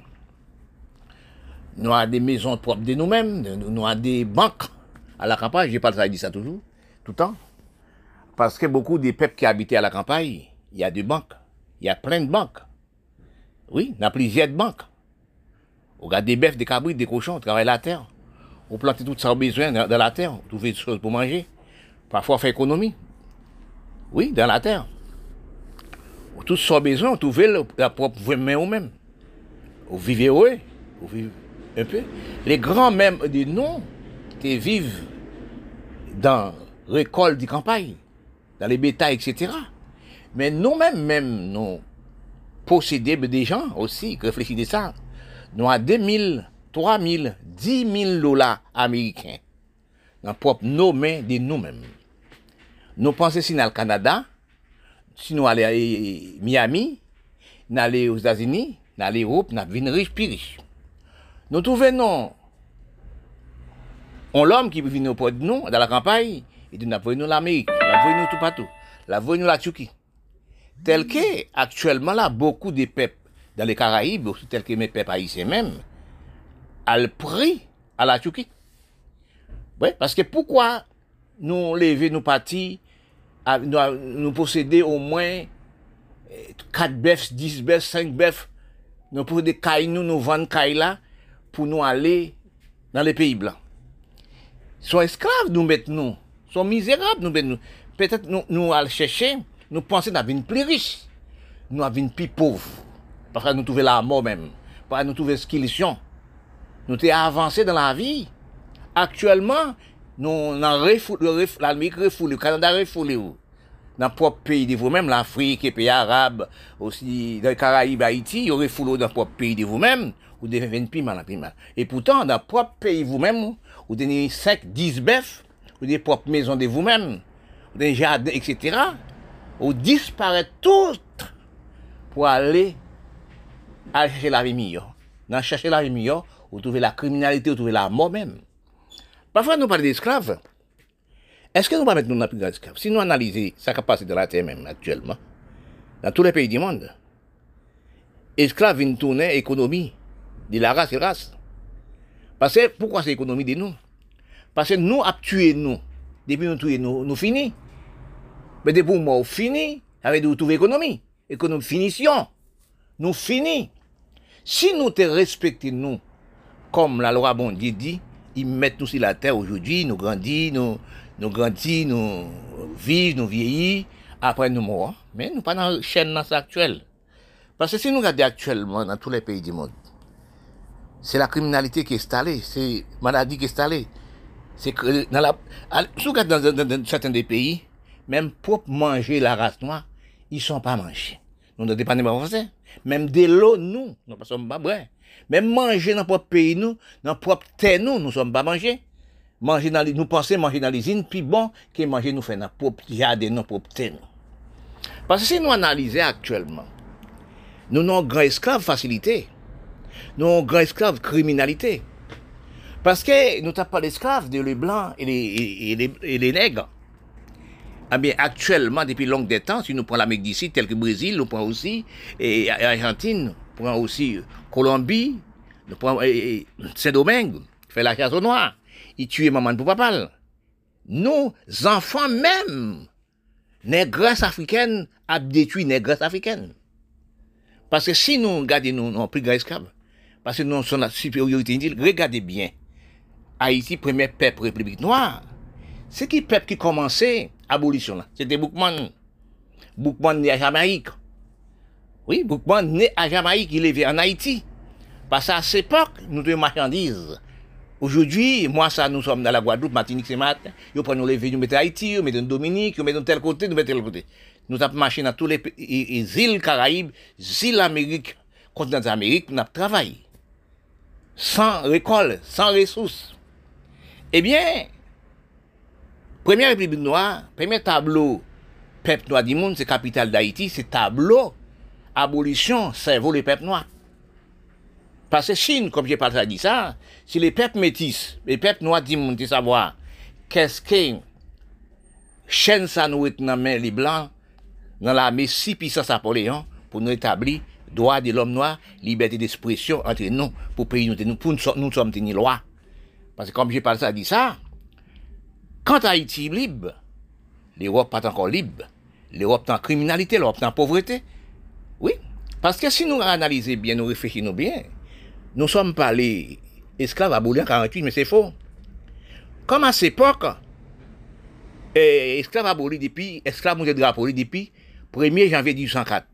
nous avons des maisons propres de nous-mêmes, nous avons des banques à la campagne, je parle ça, je dis ça toujours, tout le temps. Parce que beaucoup des peuples qui habitaient à la campagne, il y a des banques, il y a plein de banques. Oui, il y a plusieurs banques. On regarde des bœufs, des cabrites, des cochons, on travaille la terre. On plante tout ça au besoin dans la terre, on trouve des choses pour manger. Parfois, on fait économie. Oui, dans la terre. Tout ça besoin, on trouve la propre main ou même. On vivait heureux, on vivait un peu. Les grands même de nous, qui vivent dans récolte de campagne, dans les bétails, et cetera. Mais nous-mêmes, même, nous possédons des gens aussi, qui réfléchissent de ça. Nous avons deux mille, trois mille, dix mille dollars américains dans propre nos mains de nous-mêmes. Nous pensons si dans le Canada, si nous allons à Miami, nous allons aux États-Unis, nous allons en Europe, nous devenons riches plus riches. Nous trouvons non, on l'homme qui vient auprès de nous dans la campagne, et nous avons l'Amérique, nous avons tout partout, nous avons la Turquie. Tel que, actuellement, là, beaucoup de peuples dans les Caraïbes, aussi tel que mes peuples haïtiens même, à le prix à la Turquie. Oui, parce que pourquoi nous lever, nous partir, nous, nous posséder au moins quatre bœufs, dix bœufs, cinq bœufs, nous posséder des cailles, nous, nous vendre cailles là, pour nous aller dans les pays blancs. Ils sont esclaves, nous mettons nous. Ils sont misérables, nous mettons nous. Peut-être nous, nous allons chercher, nous pensons qu'on une plus riche, nous avons une plus pauvre. Parce que nous trouvons la mort même. Parce que nous trouvons ce qu'ils sont. Nous sommes avancés dans la vie. Actuellement, nous avons refoulé, l'Amérique refoulé, le Canada refoulé. Dans le propre pays de vous-même, l'Afrique, les pays arabes, aussi dans les Caraïbes, Haïti, ils refoulé dans le propre pays de vous-même, vous devenez plus mal, plus mal. Et pourtant, dans le propre pays de vous-même, vous avez cinq, dix bœufs, vous avez des propres maisons de vous-même, vous avez des jardins, et cetera. Vous disparaissez toutes pour aller à chercher la vie meilleure. Dans chercher la vie meilleure, vous trouvez la criminalité, vous trouvez la mort même. Parfois, nous parlons d'esclaves. Est-ce que nous ne mettons pas plus d'esclaves? Si nous analysons sa capacité de la terre même actuellement, dans tous les pays du monde, esclaves viennent tourner l'économie de la race et race. Parce que pourquoi c'est l'économie de nous? Parce que nous avons tué nous. Depuis nous tuer nous, nous finis. Mais depuis nous, nous finis avec nous trouver l'économie. Économie finition. Nous finis. Si nous te respectons, nous, comme la loi bon Dieu dit, ils mettent nous sur la terre aujourd'hui, nous grandissons, nous, nous grandissons, nous vivons, nous vieillissons, après nous mourons. Mais nous ne sommes pas dans la chaîne actuelle. Parce que si nous regardons actuellement dans tous les pays du monde, c'est la criminalité qui est installée, c'est la maladie qui est installée. C'est que dans la, dans, dans, dans, dans certains des pays, même pour manger la race noire, ils ne sont pas mangés. Nous ne dépendons pas français. Même de l'eau, nous, nous ne sommes pas vrais. Même manger dans notre propre pays, nous, dans notre propre terre, nous, nous ne sommes pas mangés. Manger dans les, nous pensons manger dans les usines, puis bon, que manger nous fait dans notre propre jardin, dans notre propre terre. Parce que si nous analysons actuellement, nous avons grand esclave facilité. Nous avons grand esclave criminalité. Parce que nous n'avons pas d'esclaves, de les blancs et les, et, et les, et les nègres. Eh bien, actuellement, depuis longtemps des temps, si nous prenons l'Amérique d'ici, tel que le Brésil, nous prenons aussi et, et Argentine, nous prenons aussi Colombie, nous prenons Saint-Domingue, qui fait la chasse aux noirs, ils tuent maman pour papa. Nos enfants même, négresses africaines, ont détruit négresses africaines. Parce que si nous regardons, nous n'avons plus de esclaves, parce que nous sommes la supériorité, regardez bien, Haïti, premier peuple république noire, c'est qui peuple qui commençait l'abolition là? C'était Boukman. Boukman né à Jamaïque. Oui, Boukman né à Jamaïque, il est en Haïti. Parce qu'à cette époque, nous avons marchandises. Aujourd'hui, moi, ça, nous sommes dans la Guadeloupe, Martinique, c'est matin. Nous prenons les villes, nous mettons Haïti, nous mettons Dominique, nous mettons tel côté, nous mettons tel côté. Nous avons marché dans tous les, les, les îles Caraïbes, les îles Amérique, continent d'Amérique, nous avons travaillé. Sans récolte, sans ressources. Eh bien, Première République noire, premier tableau, peuple noir du monde, c'est capitale d'Haïti, c'est tableau, abolition, cerveau les peuples noirs. Parce que Chine, comme j'ai pas dit ça, si les peuples métis, les peuples noirs du monde, savoir qu'est-ce que chaîne ça nous est dans les blancs, dans l'armée si puissance Napoléon, pour nous établir droit de l'homme noir, liberté d'expression entre nous, pour pays nous, pour nous, nous sommes tenus loi. Parce que comme j'ai pas dit ça, quand Haïti est libre, l'Europe n'est pas encore libre. L'Europe est en criminalité, l'Europe est en pauvreté. Oui, parce que si nous analysons bien, nous réfléchissons bien, nous ne sommes pas les esclaves abolis en quarante-huit, mais c'est faux. Comme à cette époque, eh, esclaves abolis depuis, esclaves montés de drapeau depuis premier janvier mille huit cent quatre.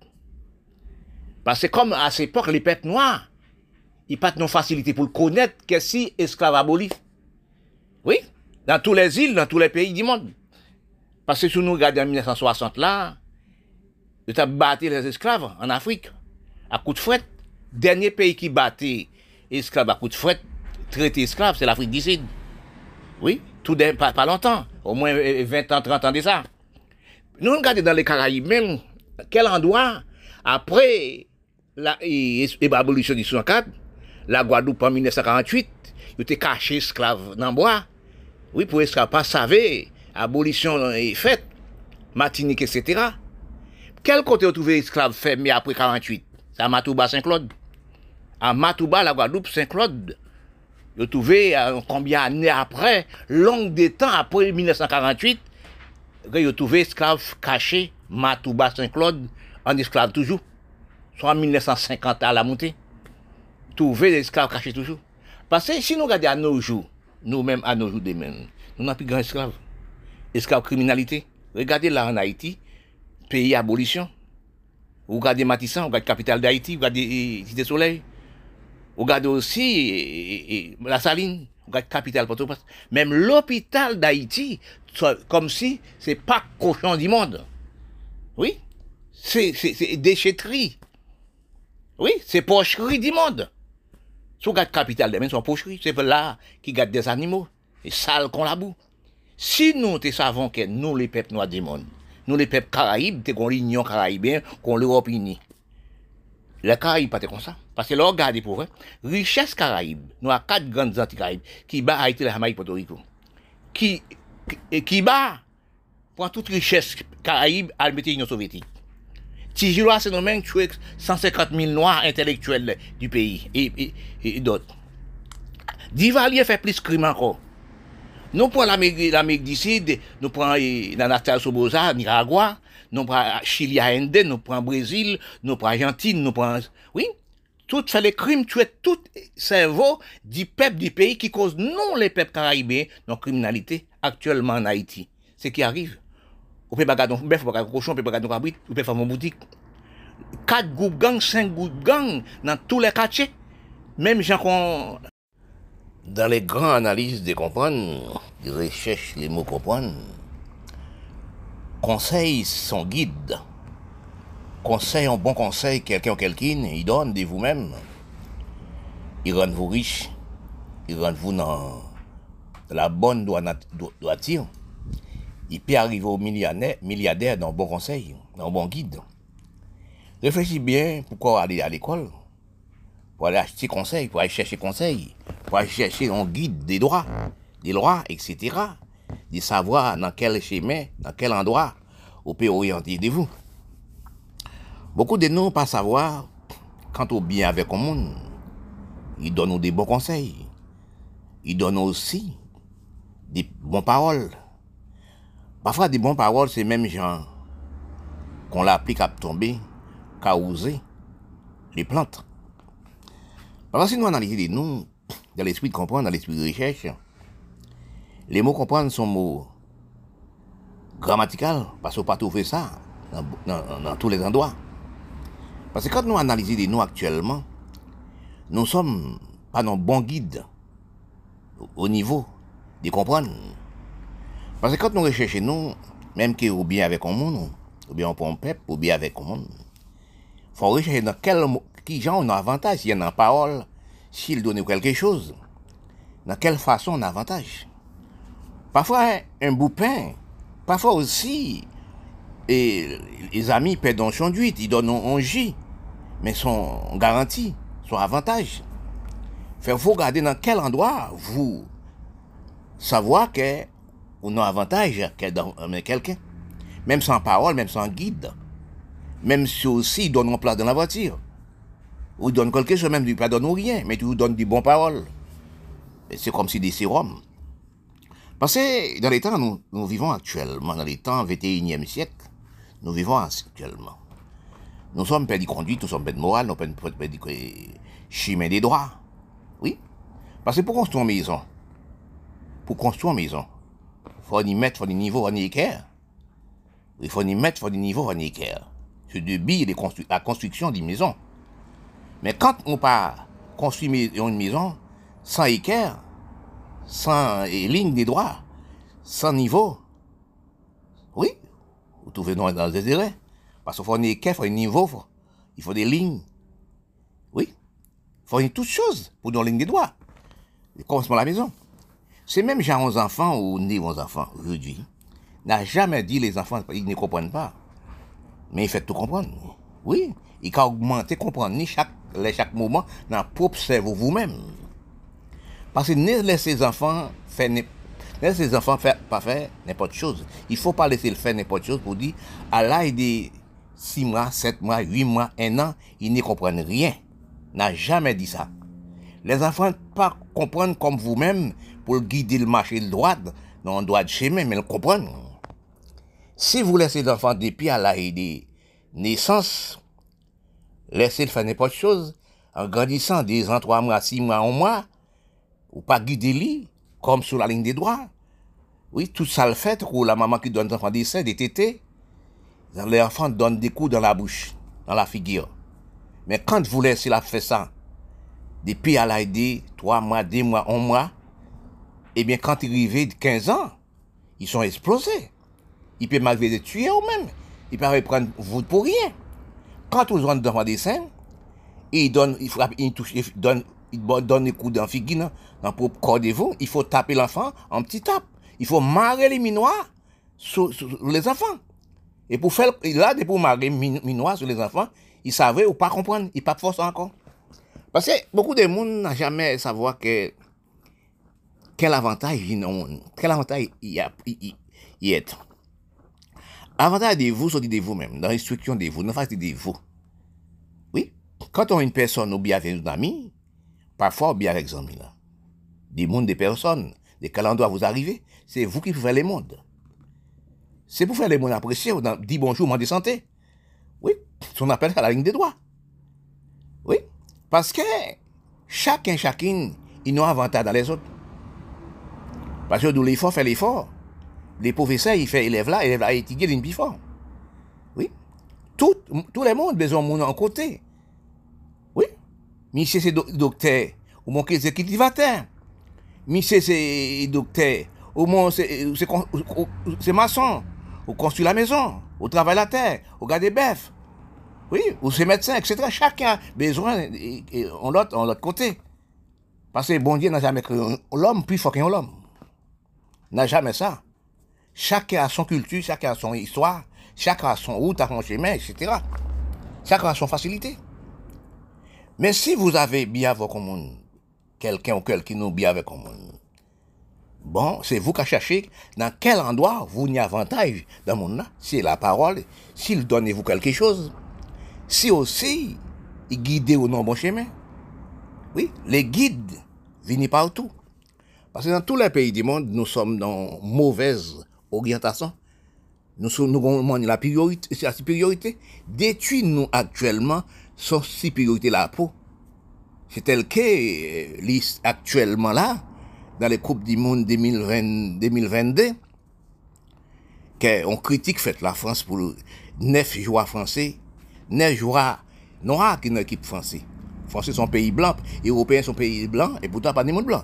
Parce que comme à cette époque, les peuples noirs, ils n'ont pas de facilité pour le connaître que si esclaves abolis. Oui, dans toutes les îles, dans tous les pays du monde. Parce que si nous regardons en mille neuf cent soixante là, ils ont battu les esclaves en Afrique à coup de fouet. Dernier pays qui battait les esclaves à coup de fouet, traité esclaves, c'est l'Afrique du Sud. Oui, tout d'un pas, pas longtemps, au moins vingt ans, trente ans de ça. Nous regardons dans les Caraïbes même, quel endroit, après l'abolition du soixante-quatre, la Guadeloupe en mille neuf cent quarante-huit, ils étaient cachés esclaves dans le bois. Oui, pour les esclaves pas savaient, abolition est faite, Martinique, et cetera. Quel côté on trouve esclaves fermés après quarante-huit? C'est à Matouba, Saint-Claude. À Matouba, la Guadeloupe, Saint-Claude. Vous trouvez combien d'années après, longue des temps après mille neuf cent quarante-huit, vous trouvez esclaves cachés, Matouba, Saint-Claude, en esclaves toujours. Soit en mille neuf cent cinquante à la montée. Vous trouvez des esclaves cachés toujours. Parce que si nous regardons à nos jours, nous-mêmes à nos jours demain, nous n'avons plus de grands esclaves. Esclaves criminalité. Regardez là en Haïti, pays abolition. Vous regardez Matissan, vous regardez capitale d'Haïti, vous regardez Cité Soleil. Vous regardez aussi et, et, la Saline, vous regardez capitale Port-au-Prince. Même l'hôpital d'Haïti, comme si c'est pas cochon du monde. Oui, c'est déchetterie. Oui, c'est pocherie du monde. Si vous regardez capitale d'Haïti, c'est pocherie. C'est là qui gardent des animaux. Et sale qu'on la boue. Si nous te savons que nous, les peuples noirs du monde, nous, les peuples caraïbes, t'es qu'on l'Union caribéenne, qu'on l'Europe unie. Les Caraïbes, pas comme ça. Parce que là, regardez pour vrai, richesse caraïbe, nous avons quatre grandes anti-caraïbes qui bat Haïti, la Jamaïque, Porto Rico. Qui, qui, qui bat, pour toute richesse caraïbe, à l'Union soviétique. Tijiloa, c'est nous-mêmes qui tuent cent cinquante mille noirs intellectuels du pays et, et, et d'autres. Duvalier fait plus de crimes encore. Nous prenons l'Amérique du Sud, nous prenons Anastasio Somoza, Nicaragua, nous prenons Chili, Inde, nous prenons Brésil, nous prenons Argentine, nous prenons... Oui, tout fait les crimes, tuer tout cerveau du peuple du pays qui cause non les peuples caribéens, non criminalité actuellement en Haïti. C'est ce qui arrive. On peut pas garder un bœuf, on peut pas garder un cochon, on peut pas garder un cabrit, on peut faire une boutique. Quatre groupes gangs, cinq groupes gangs dans tous les quartiers. Même gens qu'on, dans les grandes analyses de comprendre, de recherche les mots comprendre, conseil son guide. Conseil, un bon conseil, quelqu'un ou quelqu'une, il donne de vous-même. Il rend vous riche. Il rend vous dans la bonne droiture. Il peut arriver au milliardaire, milliardaire dans un bon conseil, dans un bon guide. Réfléchis bien pourquoi aller à l'école. Pour aller acheter conseil, pour aller chercher conseil, pour aller chercher un guide des droits, des lois, et cetera. De savoir dans quel chemin, dans quel endroit, vous pouvez orienter de vous. Beaucoup de nous, pas savoir, quand on bien avec le monde, ils donnent nous des bons conseils. Ils donnent aussi des bonnes paroles. Parfois, des bonnes paroles, c'est même gens qu'on l'applique à tomber, qu'à oser les plantes. Parce que si nous analysons nous, dans l'esprit de comprendre, dans l'esprit de recherche, les mots comprendre sont mots grammaticaux, parce qu'on ne peut pas trouver ça dans, dans, dans tous les endroits. Parce que quand nous analysons les noms actuellement, nous ne sommes pas dans bon guide au niveau de comprendre. Parce que quand nous recherchons nous, même que ou bien avec un monde, ou bien pour un peuple, ou bien avec un monde, il faut rechercher dans quel qui genre on a avantage, s'il y a une parole, s'il donne quelque chose, dans quelle façon on a avantage. Parfois un bout de pain, parfois aussi, et les amis perdent un champ d'huile, ils donnent un J, mais sont garantis, sont avantages. Il faut regarder dans quel endroit vous savoir que on a avantage dans quelqu'un, même sans parole, même sans guide, même si aussi ils donnent une place dans la voiture, ou ils donnent quelque chose, même ils ne donnent rien, mais ils vous donnent des bonnes paroles. C'est comme si des sérums. Parce que dans les temps, nous, nous vivons actuellement, dans les temps vingt et unième siècle, nous vivons actuellement. Nous sommes perdus de conduite, nous sommes perdus de morale, nous sommes perdus de chemin des droits. Oui. Parce que pour construire une maison, pour construire une maison, il faut y mettre des niveaux en équerre. Il faut y mettre des niveaux en équerre. C'est de billes la construction d'une maison. Mais quand on pas construit une maison sans équerre, sans ligne des droits, sans niveau, oui, vous trouvez dans les désirés. Parce qu'il faut un équerre, il faut un niveau, il faut des lignes. Oui, il faut toutes choses pour donner ligne des droits. Commencement la maison. C'est même genre aux enfants ou nés aux enfants aujourd'hui, n'a jamais dit les enfants, ils ne comprennent pas. Mais il fait tout comprendre. Oui, il faut augmenter, comprendre chaque, chaque moment dans le propre cerveau vous-même. Parce que ne laissez les enfants faire laissez les enfants faire, pas faire n'importe chose. Il ne faut pas laisser le faire n'importe chose pour dire à l'âge de six mois, sept mois, huit mois, un an, ils ne comprennent rien. N'a jamais dit ça. Les enfants ne pas comprendre comme vous-même pour guider le marché de droite, dans un droit de chemin, mais le comprendre. Si vous laissez l'enfant depuis à l'âge de naissance, laissez-le faire n'importe chose, en grandissant des ans, trois mois, six mois, un mois, ou pas guider lui, comme sur la ligne des droits. Oui, tout ça le fait, ou la maman qui donne aux enfants des seins, des tétés, les enfants donnent des coups dans la bouche, dans la figure. Mais quand vous laissez la faire ça, depuis à l'âge de trois mois, deux mois, un mois, eh bien, quand ils arrivent de quinze ans, ils sont explosés. Ils peuvent malgré les tuer eux-mêmes. Ils peuvent prendre vous pour rien. Quand ils ont devant des seins, ils donnent, ils frappent, ils touchent, ils donnent, ils donnent des coups dans la figure, dans le corps de vous. Il faut taper l'enfant en petit tape. Il faut marrer les minois sur, sur, sur les enfants. Et pour faire, là, pour marrer les minois sur les enfants, ils savaient ou pas comprendre, ils pas force encore. Parce que beaucoup de monde n'a jamais savoir que quel avantage il y a, quel avantage il y a, il y a. Avantage de vous, c'est de vous-même, dans l'instruction de vous, dans la de vous. Oui, quand on a une personne ou bien avec un ami, parfois ou bien avec un ami, là, des mondes, des personnes, de quel endroit vous arrivez, c'est vous qui faites les mondes. C'est pour faire les mondes appréciés, on dit bonjour, monde de santé. Oui, on appelle ça la ligne des droits. Oui, parce que chacun, chacune, ils ont un avantage dans les autres. Parce que d'où l'effort fait l'effort. Les professeurs, ils font élèves là, élèves là, ils étudient d'une plus fort. Oui. Tout, tout le monde a besoin de monde en côté. Oui. Monsieur c'est docteur, ou mon c'est cultivateur. Monsieur c'est docteur, ou mon c'est c'est maçon, ou construit la maison, ou travaille la terre, ou garde des bœufs. Oui, ou c'est médecin, et cetera. Chacun a besoin en l'autre, en l'autre côté. Parce que bon Dieu n'a jamais créé l'homme plus fort qu'un l'homme. N'a jamais ça. Chacun a son culture, chacun a son histoire, chacun a son route, a son chemin, et cetera. Chacun a son facilité. Mais si vous avez bien avec le monde, quelqu'un ou quelqu'un qui nous bien avec le monde, bon, c'est vous qui cherchez dans quel endroit vous n'y avantage dans le monde là. C'est la parole, s'il donne vous quelque chose. Si aussi, il guide au non bon chemin. Oui, les guides viennent partout. Parce que dans tous les pays du monde, nous sommes dans mauvaise orientation. Nous sommes nous la priorité, la supériorité. Détruit nous actuellement son supériorité la peau. C'est tel que liste actuellement là, dans les Coupes du Monde deux mille vingt, deux mille vingt-deux, qu'on critique fait la France pour neuf joueurs français. neuf joueurs noirs qui sont l'équipe française. Les Français sont pays blancs, les Européens sont pays blancs, et pourtant pas des monde blanc.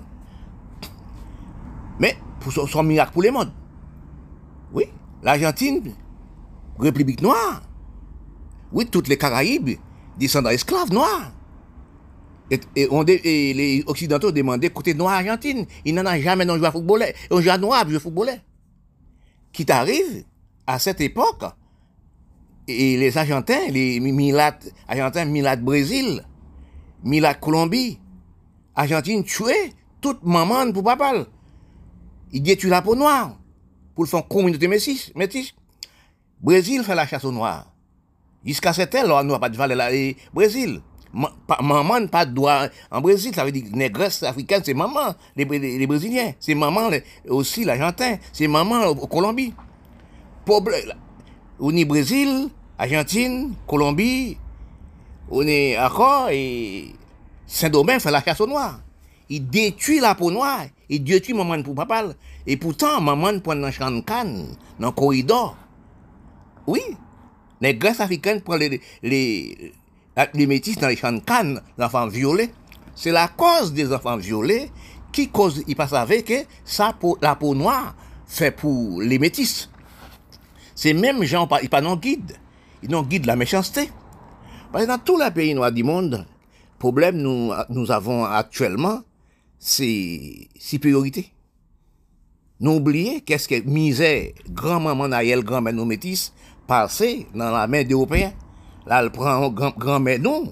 Mais pour son, son miracle pour les mondes. Oui, l'Argentine, République noire. Oui, toutes les Caraïbes, descendants esclaves noirs. Et, et, on, et les Occidentaux demandaient côté noir Argentine. Il n'en a jamais non joueur footballeur. Et on joue à noir, joueur footballeur. Qui t'arrive à cette époque. Et les Argentins, les Milat, Argentins, Milat Brésil, Milat Colombie, Argentine tuait toute maman pour papa. Il détruit la peau noire pour faire une communauté métisse. métisse. Brésil fait la chasse aux noirs. Jusqu'à cette heure, on n'a pas de valeur là. Brésil. Maman pas de droit en Brésil, ça veut dire négresse africaine, c'est maman, les, les, les Brésiliens. C'est maman les, aussi l'Argentin. C'est maman au Colombie. On est Brésil, Argentine, Colombie, on est encore et Saint-Domingue fait la chasse aux noirs. Il détruit la peau noire, il détruit maman pour papa. Et pourtant, maman prend dans le champ de canne, dans le corridor. Oui, les Grèces africaines prennent les, les, les métis dans les champs de canne, les enfants violés. C'est la cause des enfants violés qui cause, ils passent avec que ça, la peau noire fait pour les métis. Ces mêmes gens, ils pas non guide. Ils non guide la méchanceté. Parce que dans tous les pays noirs du monde, le problème nous, nous avons actuellement, c'est supériorité. Nous oublions qu'est-ce que misère, grand-maman Naël, grand-mère nous métis, passé dans la main des Européens. Là, elle prend grand-mère nous,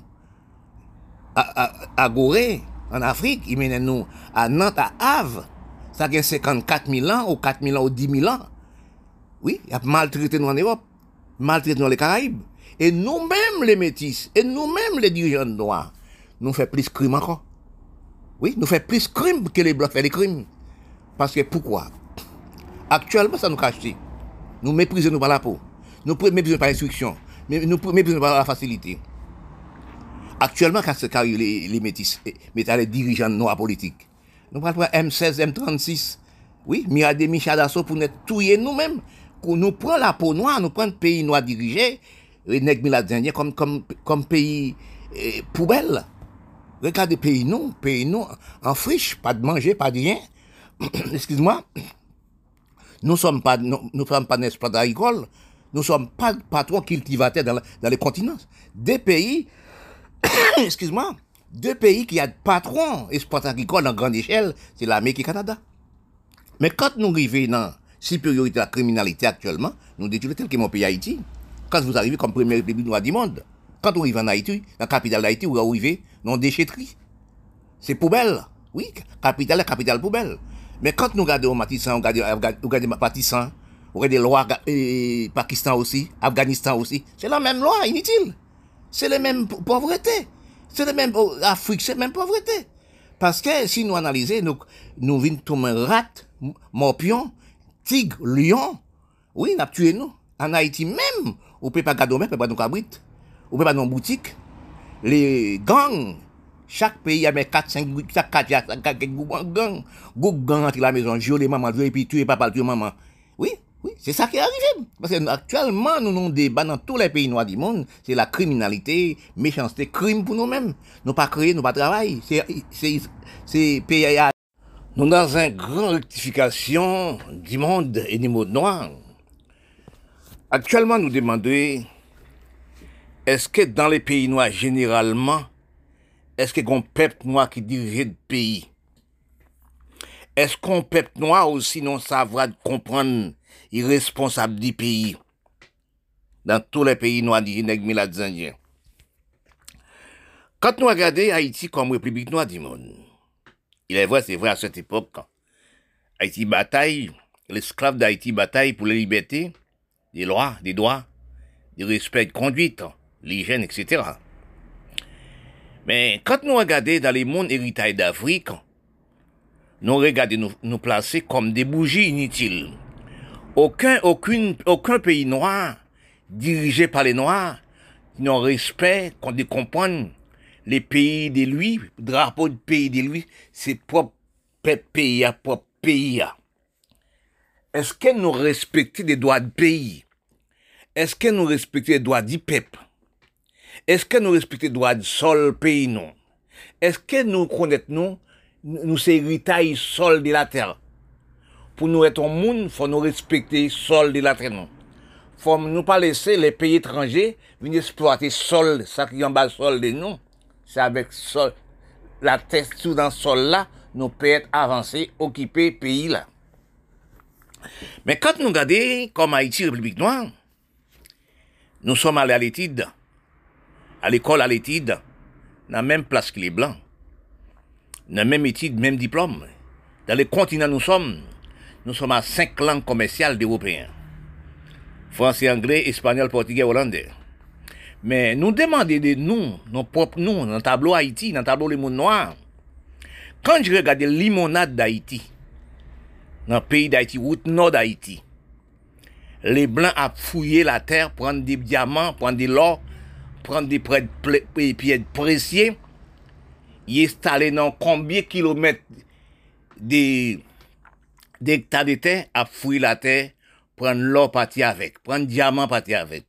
à, à, à Gorée, en Afrique, il mène nous à Nantes, à Havre. Ça a cinquante-quatre mille ans, ou quatre mille ans, ou dix mille ans. Oui, il a maltraité nous en Europe, maltraité nous dans les Caraïbes. Et nous-mêmes, les métis, et nous-mêmes, les dirigeants noirs, nous faisons plus de crimes encore. Oui, nous faisons plus de crimes que les blancs font des crimes. Parce que pourquoi? Actuellement, ça nous cache. Nous méprisons par la peau. Nous méprisons par l'instruction. Nous méprisons par la facilité. Actuellement, quand c'est carré les, les métis, les dirigeants noirs politiques, nous prenons M seize, M trente-six. Oui, Miradé, Michadasso pour nous tuer nous-mêmes. Nous prenons la peau noire, nous prenons le pays noir dirigé, les nègres miladiniens comme, comme, comme pays eh, poubelle. Regardez pays nous, pays nous, en friche, pas de manger, pas de rien. Excuse-moi. Nous ne sommes pas, nous, nous sommes pas d'exploitants agricoles. Nous ne sommes pas patrons cultivateurs dans, la, dans les continents. Des pays, excuse-moi, deux pays qui ont patrons exploitants agricoles en grande échelle, c'est l'Amérique et le Canada. Mais quand nous arrivons dans la supériorité de la criminalité actuellement, nous détruisons tel que mon pays Haïti. Quand vous arrivez comme première république noire du monde, quand on arrive en Haïti, dans la capitale d'Haïti, vous arrivez dans la déchetterie. C'est poubelle. Oui, capitale est capitale poubelle. Mais quand nous regardons au Matissan, on regarde au Matissan, on regarde les lois eh, Pakistan aussi, Afghanistan aussi, c'est la même loi, inutile. C'est la même pauvreté. C'est la même Afrique, c'est la même pauvreté. Parce que si nous analysons, nous, nous venons tomber rat, morpion, tigre, lion. Oui, nous avons tué nous. En Haïti même, on ne peut pas garder, on ne peut pas nous cabrit. On ne peut pas dans boutique. Les gangs, chaque pays, il y a quatre, cinq, chaque quatre, il y a quatre gangs. Gang entre la maison, violer maman, violer puis tuer papa, tuer maman. Oui, Oui, c'est ça qui est arrivé. Parce que actuellement, nous avons débat dans tous les pays noirs du monde, c'est la criminalité, méchanceté, crime pour nous-mêmes. Nous pas créer, nous pas travailler. C'est, c'est, c'est pays. Nous dans une grande rectification du monde et du monde noir. Actuellement, nous demandons, est-ce que dans les pays noirs, généralement, est-ce qu'il y a un peuple noir qui dirige le pays? Est-ce qu'on peuple noir aussi non savoir comprendre les responsables du pays? Dans tous les pays noirs du Indiens. Quand nous regardons Haïti comme République noire du monde, il est vrai, c'est vrai à cette époque, Haïti bataille, l'esclave d'Haïti bataille pour la liberté, des lois, des droits, du respect de conduite, l'hygiène, et cetera. Mais quand nous regardons dans les mondes héritage d'Afrique, nous regardons nous, nous placer comme des bougies inutiles. Aucun, aucune, aucun pays noir, dirigé par les Noirs, n'ont respect, qu'on comprenne les pays de lui, drapeau de pays de lui, c'est propre pays, propre pays. Est-ce que nous respectons les droits du pays? Est-ce que nous respectons les droits du peuple? Est-ce que nous respectons les droits du sol pays non? Est-ce que nous connaissons nous, nous c'est héritage sol de la terre? Pour nous être un monde, il faut nous respecter le sol de la terre non. Faut nous pas laisser les pays étrangers venir exploiter sol, ça qui est en bas sol de nous. C'est avec sol, la texture dans le sol là, nous pouvons être avancés, occuper le pays là. Mais quand nous regardons comme Haïti, République noire, nous sommes allés à l'étude, à l'école à l'étude, dans la même place que les Blancs, dans la même étude, même diplôme. Dans les continents nous sommes, nous sommes à cinq langues commerciales d'Européens. Français, anglais, espagnol, portugais, hollandais. Mais nous demandons de nous, nos propres nous, dans le tableau Haïti, dans le tableau Les Mondes Noirs. Quand je regarde les limonades d'Haïti, dans le pays d'Haïti, route nord d'Haïti, les Blancs ont fouillé la terre, prendre des diamants, prendre de l'or, prendre des pierres précieuses, ils installent dans combien de kilomètres d'hectares de terre, à fouiller la terre, prendre l'or parti avec, prendre diamant parti avec.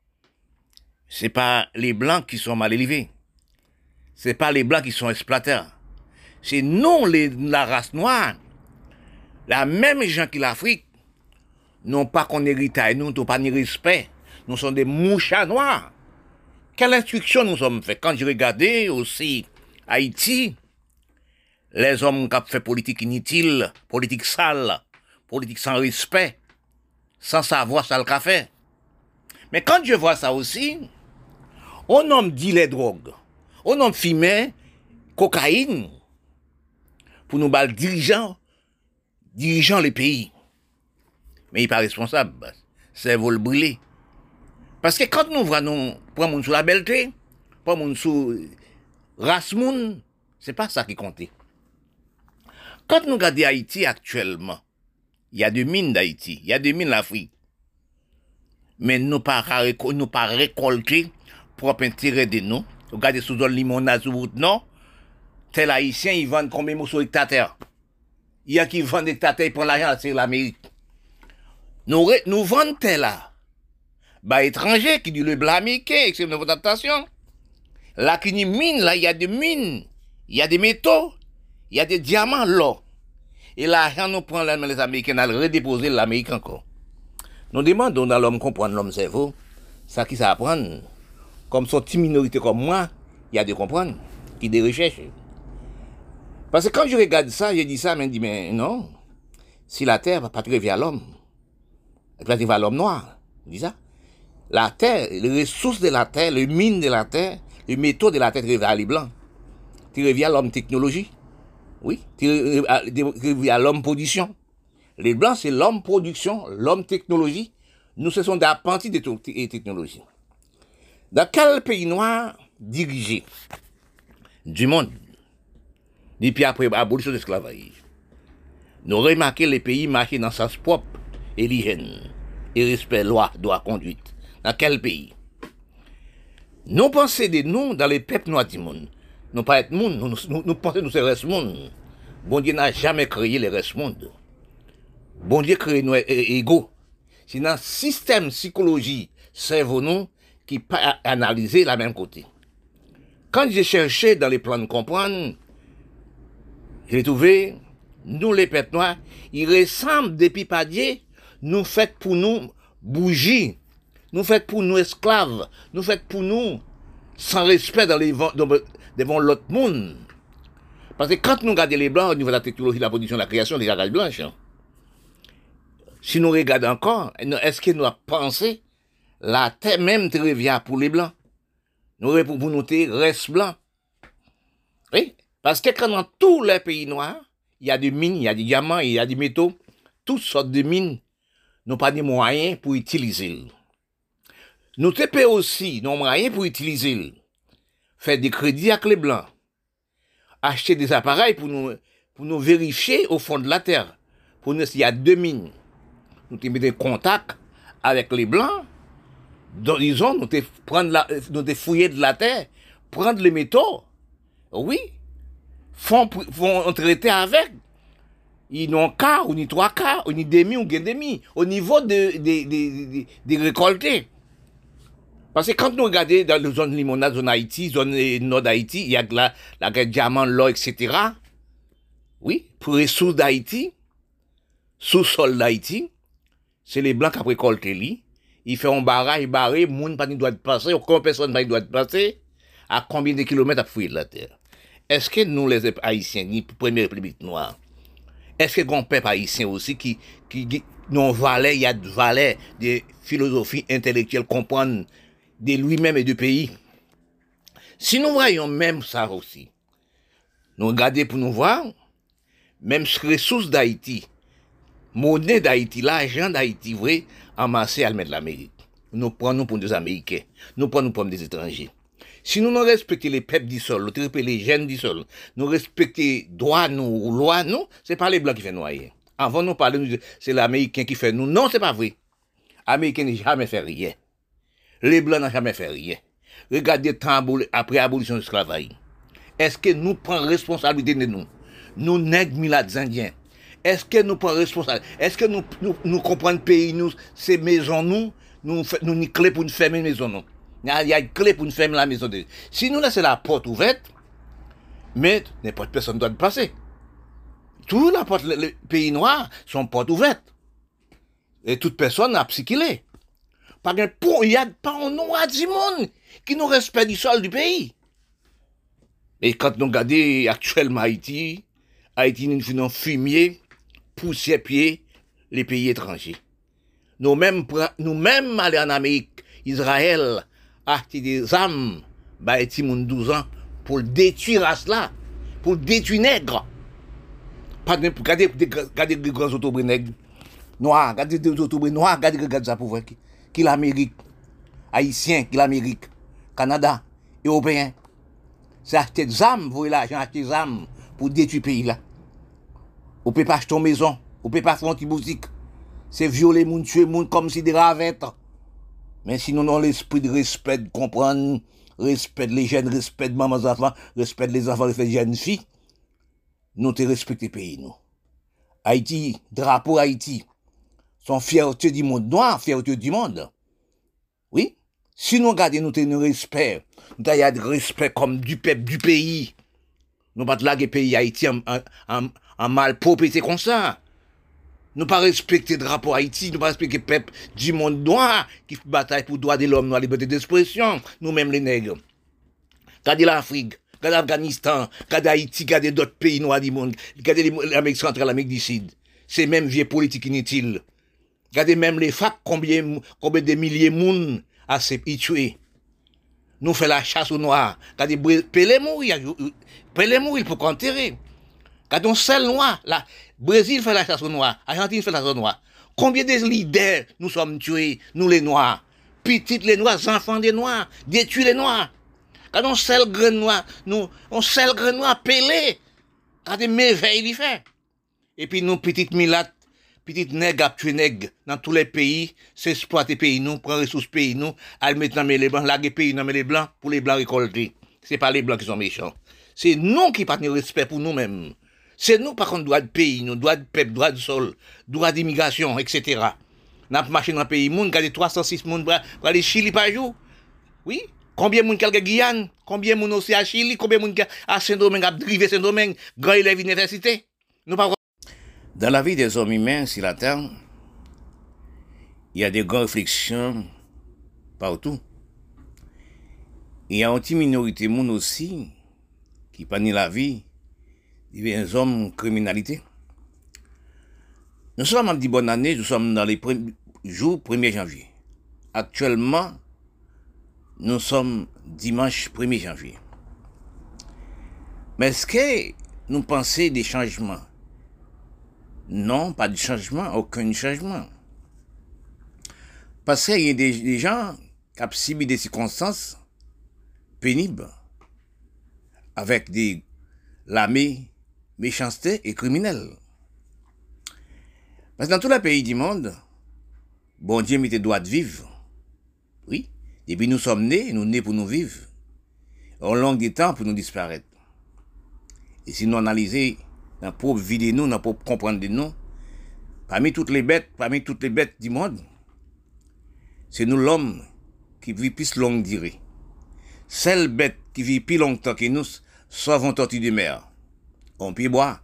C'est pas les Blancs qui sont mal élevés. C'est pas les Blancs qui sont exploiteurs. C'est nous, les, la race noire, la même gens qui l'Afrique, n'ont pas qu'on héritage, nous n'avons pas ni respect. Nous sommes des mouchards noirs. Quelle instruction nous sommes fait? Quand je regardais aussi Haïti, les hommes qui ont fait politique inutile, politique sale, politique sans respect, sans savoir ça le café. Mais quand je vois ça aussi, on nomme dit les drogues, on nomme fumer, cocaïne, pour nous battre dirigeants, dirigeants les pays. Mais il n'est pas responsable, c'est vol brûlé. Parce que quand nous voyons, prendre moun sous la belleté, prendre moun sous race moun, c'est pas ça qui compte. Quand nous regardons Haïti actuellement, il y a des mines d'Haïti, il y a des mines d'Afrique. Mais nous pas nous pas récolter propre intérêt de nous. Regardez sous zone limonade sous route non. Tel haïtien ils vendent combien de morceaux hectares. Il y a qui vendent hectares ils prennent l'argent c'est l'Amérique. Nous nous vendons tel là. Bah étranger qui dit le blamiqué, excusez votre attention. Là qui dit mine là il y a des mines, il y a des métaux, il y a des diamants là. Et l'argent nous prend là les Américains à le redéposer l'Amérique encore. Nous demandons dans l'homme comprendre l'homme cerveau, ça qui ça apprend. Comme son petite minorité comme moi, il y a de comprendre, qui des recherches. Parce que quand je regarde ça, je dis ça, je me dis, mais non, si la terre va pas arriver à l'homme, elle va arriver à l'homme noir, je dis ça. La terre, les ressources de la terre, les mines de la terre, les métaux de la terre, arrivent à les blancs. Tu reviens à l'homme technologie, oui, tu reviens à l'homme production. Les blancs, c'est l'homme production, l'homme technologie. Nous, ce sont des apprentis de technologie. Dans quel pays noir dirigé du monde, depuis après l'abolition de l'esclavage, nous remarquons les pays marchés dans le sens propre et l'hygiène, et respect, loi, droit, conduite. Dans quel pays? Nous pensons de nous dans les peuples noirs du monde. Nous pas être monde, nous, nous, nous pensons que nous sommes reste monde. Bon Dieu n'a jamais créé les restes monde. Bon Dieu crée nous égaux. C'est dans le système psychologie cerveau nous qui pas analyser la même côté. Quand j'ai cherché dans les plans de comprendre, j'ai trouvé, nous les pètes noirs, ils ressemblent des pipadiers, nous faites pour nous bougies, nous faites pour nous esclaves, nous faites pour nous sans respect dans les devant l'autre monde. Parce que quand nous regardons les blancs au niveau de la technologie, de la production, de la création, des garages blanches, hein, si nous regardons encore, est-ce que nous avons pensé la terre même revient pour les blancs? Nous pour nous reste blanc. Oui, parce que quand dans tous les pays noirs, il y a des mines, il y a des diamants, il y a des métaux, toutes sortes de mines, nous pas des moyens pour utiliser. Nous avons aussi nos moyens pour utiliser. Faire des crédits avec les blancs. Acheter des appareils pour nous, pour nous vérifier au fond de la terre. Pour nous, s'il y a deux mines. Nous avons mis des contacts avec les blancs. Disons, nous avons fouillé de la terre, prendre les métaux. Oui. Font, font traiter avec. Ils n'ont qu'un, ou ni trois quarts, ou ni demi, ou gain demi. Au niveau de, de, de, de, de récolter. Parce que quand nous regardons dans la zone limonade, zone Haïti, zone nord d'Haïti, il y a de la, la diamant, l'or, et cetera. Oui, pour les ressources d'Haïti, sous-sol d'Haïti, c'est les blancs qui ont récolté lui. Ils font un barrage, barré, moun pas ni doit passer, aucune personne pas doit passer, à combien de kilomètres à fouiller de la terre. Est-ce que nous, les Haïtiens, ni première République noire, est-ce que grand peuple haïtien aussi qui, qui, qui non valait, il y a de valeur, de philosophie intellectuelle, comprendre de lui-même et du pays. Si nous voyons même ça aussi, nous regardons pour nous voir, même les ressources d'Haïti, monnaie d'Haïti, l'argent d'Haïti, vrai, amassé à le mettre l'Amérique. Nous prenons pour des Américains, nous prenons pour des étrangers. Si nous non respectons les peuples du sol, les jeunes du sol, nous respectons les droits, nous, lois, nous, c'est pas les blancs qui font noyer. Avant nous parler, c'est l'Américain qui fait nous. Non, c'est pas vrai. L'Américain n'a jamais fait rien. Les blancs n'ont jamais fait rien. Regardez temps après l'abolition de l'esclavage. Est-ce que nous prenons responsabilité de nous? Nous, nègres, milades, indiens. Est-ce que nous prenons responsabilité? Est-ce que nous, nous, nous comprenons le pays, nous, ces maisons, nous, nous, nous, nous, clés pour nous fermer une maison, nous? Il y a une clé pour nous fermer la maison. De... Si nous laissons la porte ouverte, mais n'importe personne doit passer. Tout la porte, les pays noirs sont portes ouvertes. Et toute personne a psychilé. Par exemple, il y a pas un noir du monde qui nous respecte du sol du pays. Et quand nous regardons actuellement Haïti, Haïti nous fait un fumier, poussière pied les pays étrangers. Nous-mêmes, nous-mêmes aller en Amérique, Israël, acheter des armes, bah, Haïti moun douze ans, pour détruire à cela, pour détruire nègres. Pas de, regardez, regardez les grands autobres nègres, noirs, regardez des autobres noirs, regardez, regardez ça pour voir qui, qui l'Amérique, Haïtien, qui l'Amérique, Canada, Européen. C'est acheter des armes, vous voyez l'argent, acheter des armes pour détruire le pays là. On ne peut pas acheter une maison, on ne peut pas faire une boutique. C'est violer moun, tuer moun comme si des ravettes. Mais sinon, on a l'esprit de respect, de comprendre, respect les jeunes, respect maman enfants, respect les enfants, respect les jeunes filles. Nous te respectons le pays, nous. Haïti, drapeau Haïti, sont fierté du monde noir, fierté du monde. Oui? Si nous regardons, nous avons respect, nous avons de respect comme du peuple du pays. Nous ne pas laguer le pays Haïti en, en, en, en mal propriété comme ça. Nous ne pas respecter le drapeau Haïti, nous ne pas respecter le peuple du monde noir qui bataille pour le droit de l'homme, la liberté d'expression, nous-mêmes les nègres. Regardez l'Afrique, regardez l'Afghanistan, regardez Haïti, regardez d'autres pays noirs du monde, regardez l'Amérique centrale, l'Amérique du Sud. C'est même vieux politique inutile. Regardez même les facs, combien, combien de milliers de monde à se tuer. Nous faisons la chasse aux noirs. Regardez, Pelé mourir, Pelé mourir pour enterrer. Quand on sait le noir, là, Brésil fait la chasse aux noirs, Argentine fait la chasse aux noirs. Combien de leaders nous sommes tués, nous les noirs? Petites les noirs, enfants des noirs, détruits les noirs. Quand on sait le grain noir, nous, on sait le grain noir, Pelé. Quand des merveilles il fait. Et puis nous, petites milates, petites nègres, à tuer nègres, dans tous les pays, c'est exploiter pays, nous, prendre ressources pays, nous, à le mettre dans les blancs, laguer pays dans les blancs, pour les blancs récolter. C'est pas les blancs qui sont méchants. C'est nous qui parlons de respect pour nous-mêmes. C'est nous, par contre, droit de pays, nous, droit de peuple, droit de sol, droit d'immigration, et cetera. n'a marché dans le pays monde, gardé trois cent six monde pour aller Chili par jour. Oui, combien de monde qui a Guyane, combien de monde aussi à Chili, combien de monde qui à Saint-Domingue, à drivé Saint-Domingue, grand élève d'université. Nous pas. Dans la vie des hommes humains sur la terre, il y a des grandes réflexions partout. Il y a une petite minorité de monde aussi qui panient la vie des hommes criminalité. Nous sommes dit bonne année, nous sommes dans les premiers jours premier janvier. Actuellement, nous sommes dimanche premier janvier. Mais est-ce que nous pensons des changements? Non, pas de changement, aucun changement. Parce qu'il y a des, des gens qui ont subi des circonstances pénibles avec des l'armée, méchanceté et criminelle. Parce que dans tous les pays du monde, bon Dieu mettait droit de vivre. Oui. Et puis nous sommes nés, nous nés pour nous vivre. En longue des temps pour nous disparaître. Et si nous analysons dans la propre vie de nous, dans la propre comprendre de nous, parmi toutes les bêtes, parmi toutes les bêtes du monde, c'est nous l'homme qui vit plus longue durée. Seule bête qui vit plus longtemps que nous, sauf un tortue de mer. On peut boire.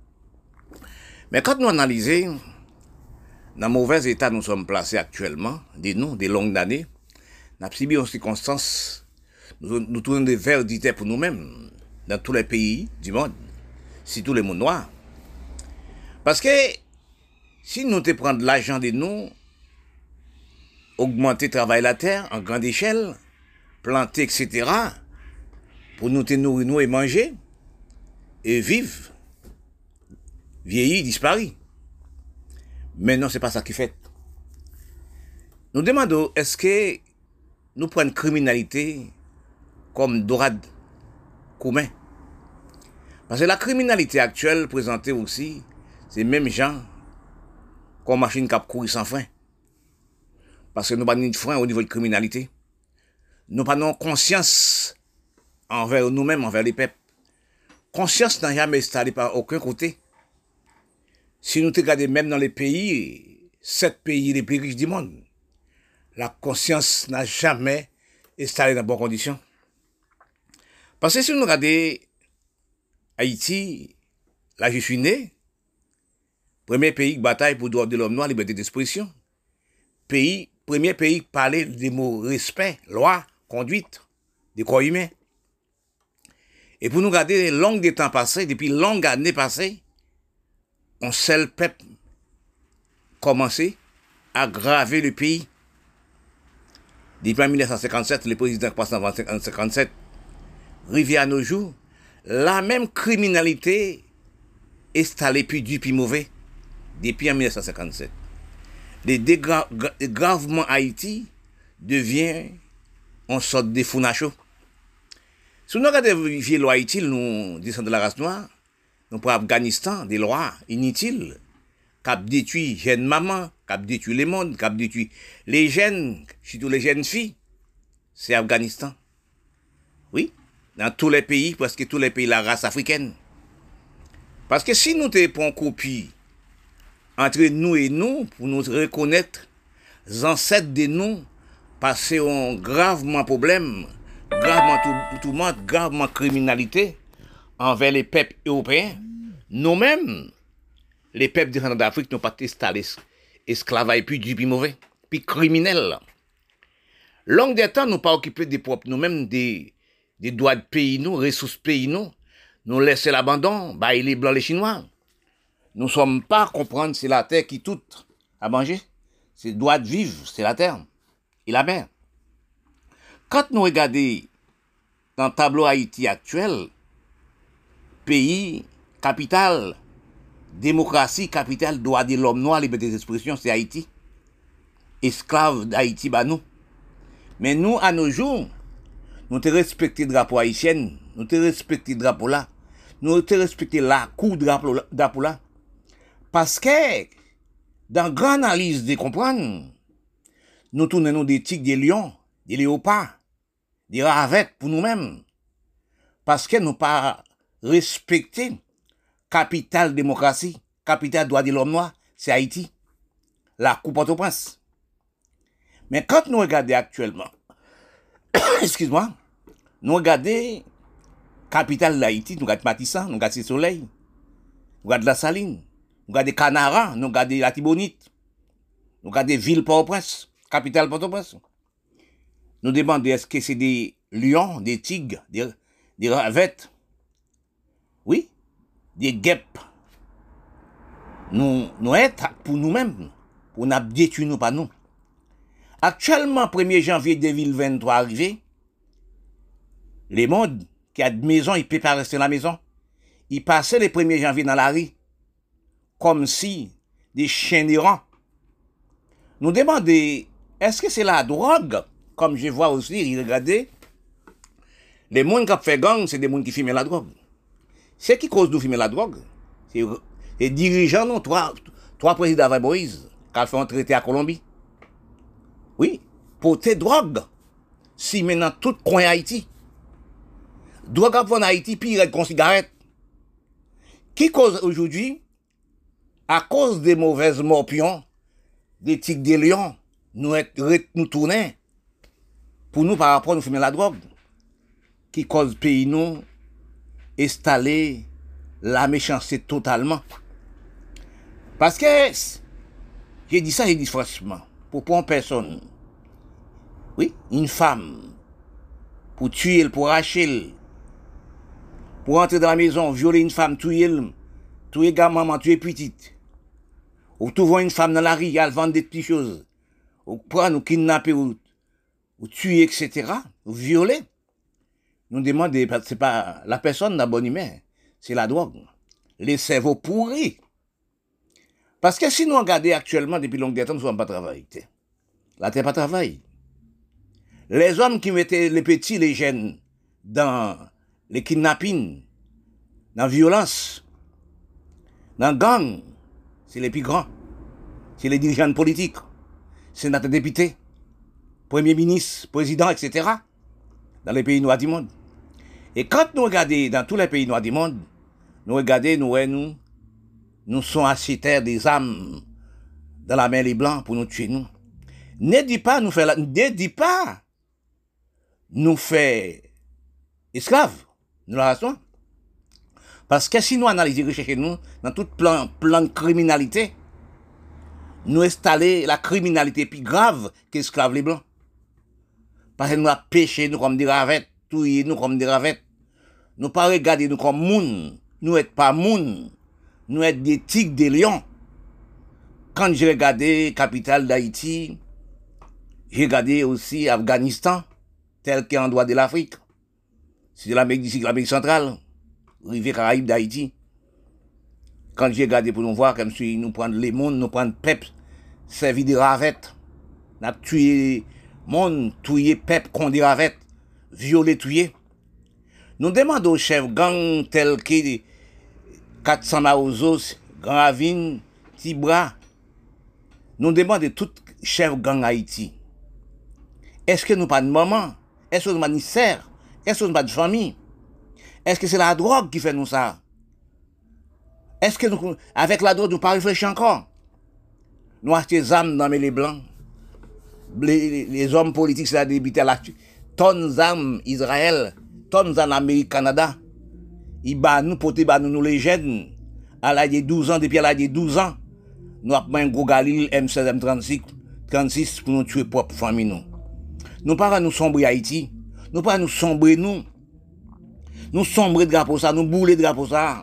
Mais quand nous analysons, dans mauvais état nous sommes placés actuellement, des nous, des longues années, nous avons subi en circonstances, nous, nous tournons des verdicts pour nous-mêmes, dans tous les pays du monde, surtout les mondes noirs. Parce que, si nous te prenons de l'argent de nous, augmenter le travail de la terre en grande échelle, planter, et cetera, pour nous te nourrir nous et manger, et vivre, vieillir, disparaître. Mais non, c'est pas ça qui fait. Nous demandons, est-ce que nous prenons criminalité comme dorade commun? Parce que la criminalité actuelle présentée aussi, c'est même gens comme machine qui a couru sans frein. Parce que nous n'avons pas de frein au niveau de la criminalité. Nous n'avons pas de conscience envers nous-mêmes, envers les peuples. Conscience n'a jamais installé par aucun côté. Si nous regardons même dans les pays, sept pays les plus riches du monde, la conscience n'a jamais installé dans de bonnes conditions. Parce que si nous regardons Haïti, là je suis né, premier pays qui bataille pour le droit de l'homme noir, liberté d'expression. Pays, premier pays qui parlait des mots respect, loi, conduite, des corps humains. Et pour nous regarder longues des temps passés, depuis longues années passées, on seul peuple commencé à graver le pays. Depuis mille neuf cent cinquante-sept, le président passe en mille neuf cent cinquante-sept, arrivé à nos jours, la même criminalité installée puis du puis mauvais depuis en mille neuf cent cinquante-sept. Le dégravement Haïti devient une sorte de founacho. Si nous regardons les lois Haïti, nous descendons de la race noire, nous pour Afghanistan, des lois inutiles, qui ont détruit les jeunes mamans, qui ont détruit le monde, qui ont détruit les jeunes, surtout les jeunes filles, c'est Afghanistan. Oui, dans tous les pays, parce que tous les pays de la race africaine. Parce que si nous prenons copie entre nous et nous, pour nous reconnaître, les ancêtres de nous, parce qu'ils ont gravement problème, gravement tourment, gravement criminalité envers les peuples européens, nous-mêmes, les peuples descendants d'Afrique, n'ont pas installé esclavage puis du puis mauvais, puis criminel. Long des temps, nous pas occupés des propres, nous-mêmes, des, des droits de pays, nous, ressources pays, nous, nous laisser l'abandon, bah, les blancs, les chinois. Nous ne sommes pas à comprendre, c'est la terre qui tout à manger. C'est le droit de vivre, c'est la terre et la mer. Quand nous regardons dans le tableau Haïti actuel, pays, capitale, démocratie, capitale, droit de l'homme noir, liberté d'expression, c'est Haïti. Esclave d'Haïti, bah nous. Mais nous, à nos jours, nous te respectons le drapeau haïtien, nous te respectons le drapeau là, nous te respectons la cour de drapeau là. Parce que, dans grande analyse de comprendre, nous tournons des tigres, des lions, des léopards, des ravettes pour nous-mêmes. Parce que nous pas respecter capitale démocratie, capitale droit de l'homme noir, c'est Haïti. la coupe Port-au-Prince. Mais quand nous regardons actuellement, excuse-moi, nous regardons capitale de l'Haïti, nous regardons Matissan, nous regardons Soleil, nous regardons la Saline, nous regardons Canara, nous regardons la Tibonite, nous regardons Ville Port-au-Prince, capitale Port-au-Prince. Nous demandons est-ce que c'est des lions, des tigres, des, des ravettes, oui, des guêpes. Nous, nous être pour nous-mêmes, pour nous détruire nous pas nous. Actuellement, premier janvier deux mille vingt-trois arrivé, les mondes qui a de maison, ils ne peuvent pas rester dans la maison. Ils passaient le premier janvier dans la rue, comme si des chiens errants. Nous demandons, est-ce que c'est la drogue? Comme je vois aussi, regardez, les gens qui font gang, c'est des gens qui fument la drogue. C'est qui cause de fumer la drogue? C'est les dirigeants, non, trois, trois présidents avec Moïse, qui ont fait un traité à Colombie. Oui, pour tes drogues, si maintenant tout coin Haïti, drogue à en Haïti, pire qu'une cigarette. Qui cause aujourd'hui, à cause des mauvaises morpions, des tigres des lions, nous, nous tournons, pour nous par rapport à nous fumer la drogue, qui cause pays nous installer la méchanceté totalement. Parce que, j'ai dit ça, j'ai dit franchement, pour prendre personne, oui, une femme, pour tuer, pour arracher, pour entrer dans la maison, violer une femme, tuer, tuer gamin, tuer petite, ou trouver une femme dans la rue, elle vend des petites choses, ou prendre, ou kidnapper, ou, ou tuer, et cetera, ou violer. Nous demandons, c'est pas la personne n'a bonne humeur, c'est la drogue. Les cerveaux pourris. Parce que si nous regardons actuellement, depuis longtemps, nous ne sommes pas travaillés. La terre pas travail. Les hommes qui mettaient les petits, les jeunes, dans les kidnappings, dans la violence, dans le gang, c'est les plus grands. C'est les dirigeants politiques, c'est notre député, premier ministre, président, et cetera, dans les pays noirs du monde. Et quand nous regardons dans tous les pays noirs du monde, nous regardons, nous, nous, nous sommes acheteurs des âmes dans la main les blancs pour nous tuer nous. Ne dis pas nous faire la, ne dis pas nous faire esclaves, nous la raison. Parce que si nous analysons, rechercher nous, dans tout plan, plan de criminalité, nous installer la criminalité plus grave qu'esclaves les blancs. Parce que nous avons péché nous comme des ravettes, tué nous comme des ravettes. Nous pas regarder nous comme moun, nous n'êtes pas moun, nous êtes des tigres, des lions. Quand j'ai regardé capitale d'Haïti, j'ai regardé aussi Afghanistan, tel qu'en droit de l'Afrique. C'est l'Amérique du Sud, l'Amérique centrale, rivière Caraïbe d'Haïti. Quand j'ai regardé pour nous voir comme si nous prendre les mondes, nous prendre peuple, servi des ravettes, nous avons tué monde, tué peuple contre des ravettes, violé, tué. Nous demandons aux chefs gang tels que quatre cents Maouzos, Grand Ravine, Tibra. Nous demandons tout chef gang Haïti. Est-ce que nous pas de maman? Est-ce que nous pas de sœur? Est-ce que nous pas de famille? Est-ce que c'est la drogue qui fait nous ça? Est-ce que nous, avec la drogue, nous pas réfléchir encore? Nous achetons des âmes dans les blancs. Les, les, les hommes politiques, c'est la débuté à la tonnes d'armes Israël, tonnes d'armes Amérique, Canada. Ils battent nous, pour nous, nous les jeunes. À l'âge de douze ans, depuis à l'âge de douze ans, nous avons un gros Galil M seize, M trente-six, trente-six pour nous tuer propre famille. Nous nous pas nous sombrer Haïti. Nous pas nous sombrer nous. Nous sombrer de drapeau ça, nous bouler de drapeau ça.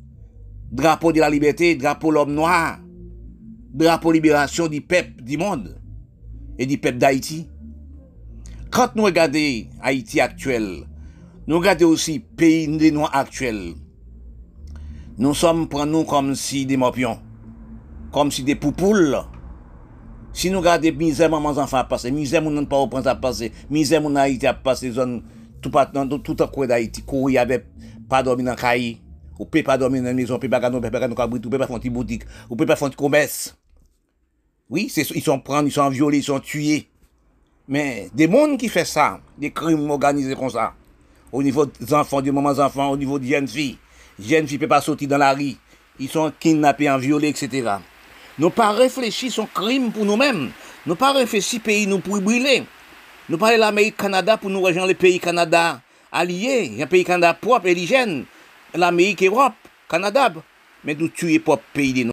Drapeau de la liberté, drapeau l'homme noir. Drapeau libération du peuple du monde et du peuple d'Haïti. Quand nous regardons Haïti actuel, nous regardons aussi pays des noirs actuels. Nous sommes prenons nous comme si des morpions, comme si des poupoules. Si nous regardons misère maman enfants à passer, misère mon pas au prince à passer, misère mon Haïti à passer zone tout pas tout en coin d'Haïti, courir avec pas dormir dans caille, ou peut pas dormir dans la maison, peut pas gagner, peut pas gagner cabrit, ou peut pas faire une boutique, ou peut pas faire un commerce. Oui, c'est ils sont prendre, ils sont violés, ils sont tués. Mais des mondes qui font ça, des crimes organisés comme ça, au niveau des enfants, des mamans enfants, au niveau des jeunes filles, les jeunes filles ne peuvent pas sortir dans la rue, ils sont kidnappés, en violés, et cetera. Nous pas réfléchi son crime pour nous-mêmes. Nous pas réfléchi pays nous pour brûler. Nous pas l'Amérique Canada pour nous rejoindre les pays Canada alliés, un pays Canada propre et l'hygiène, l'Amérique, Europe, Canada, mais nous tuer propre pays de nous.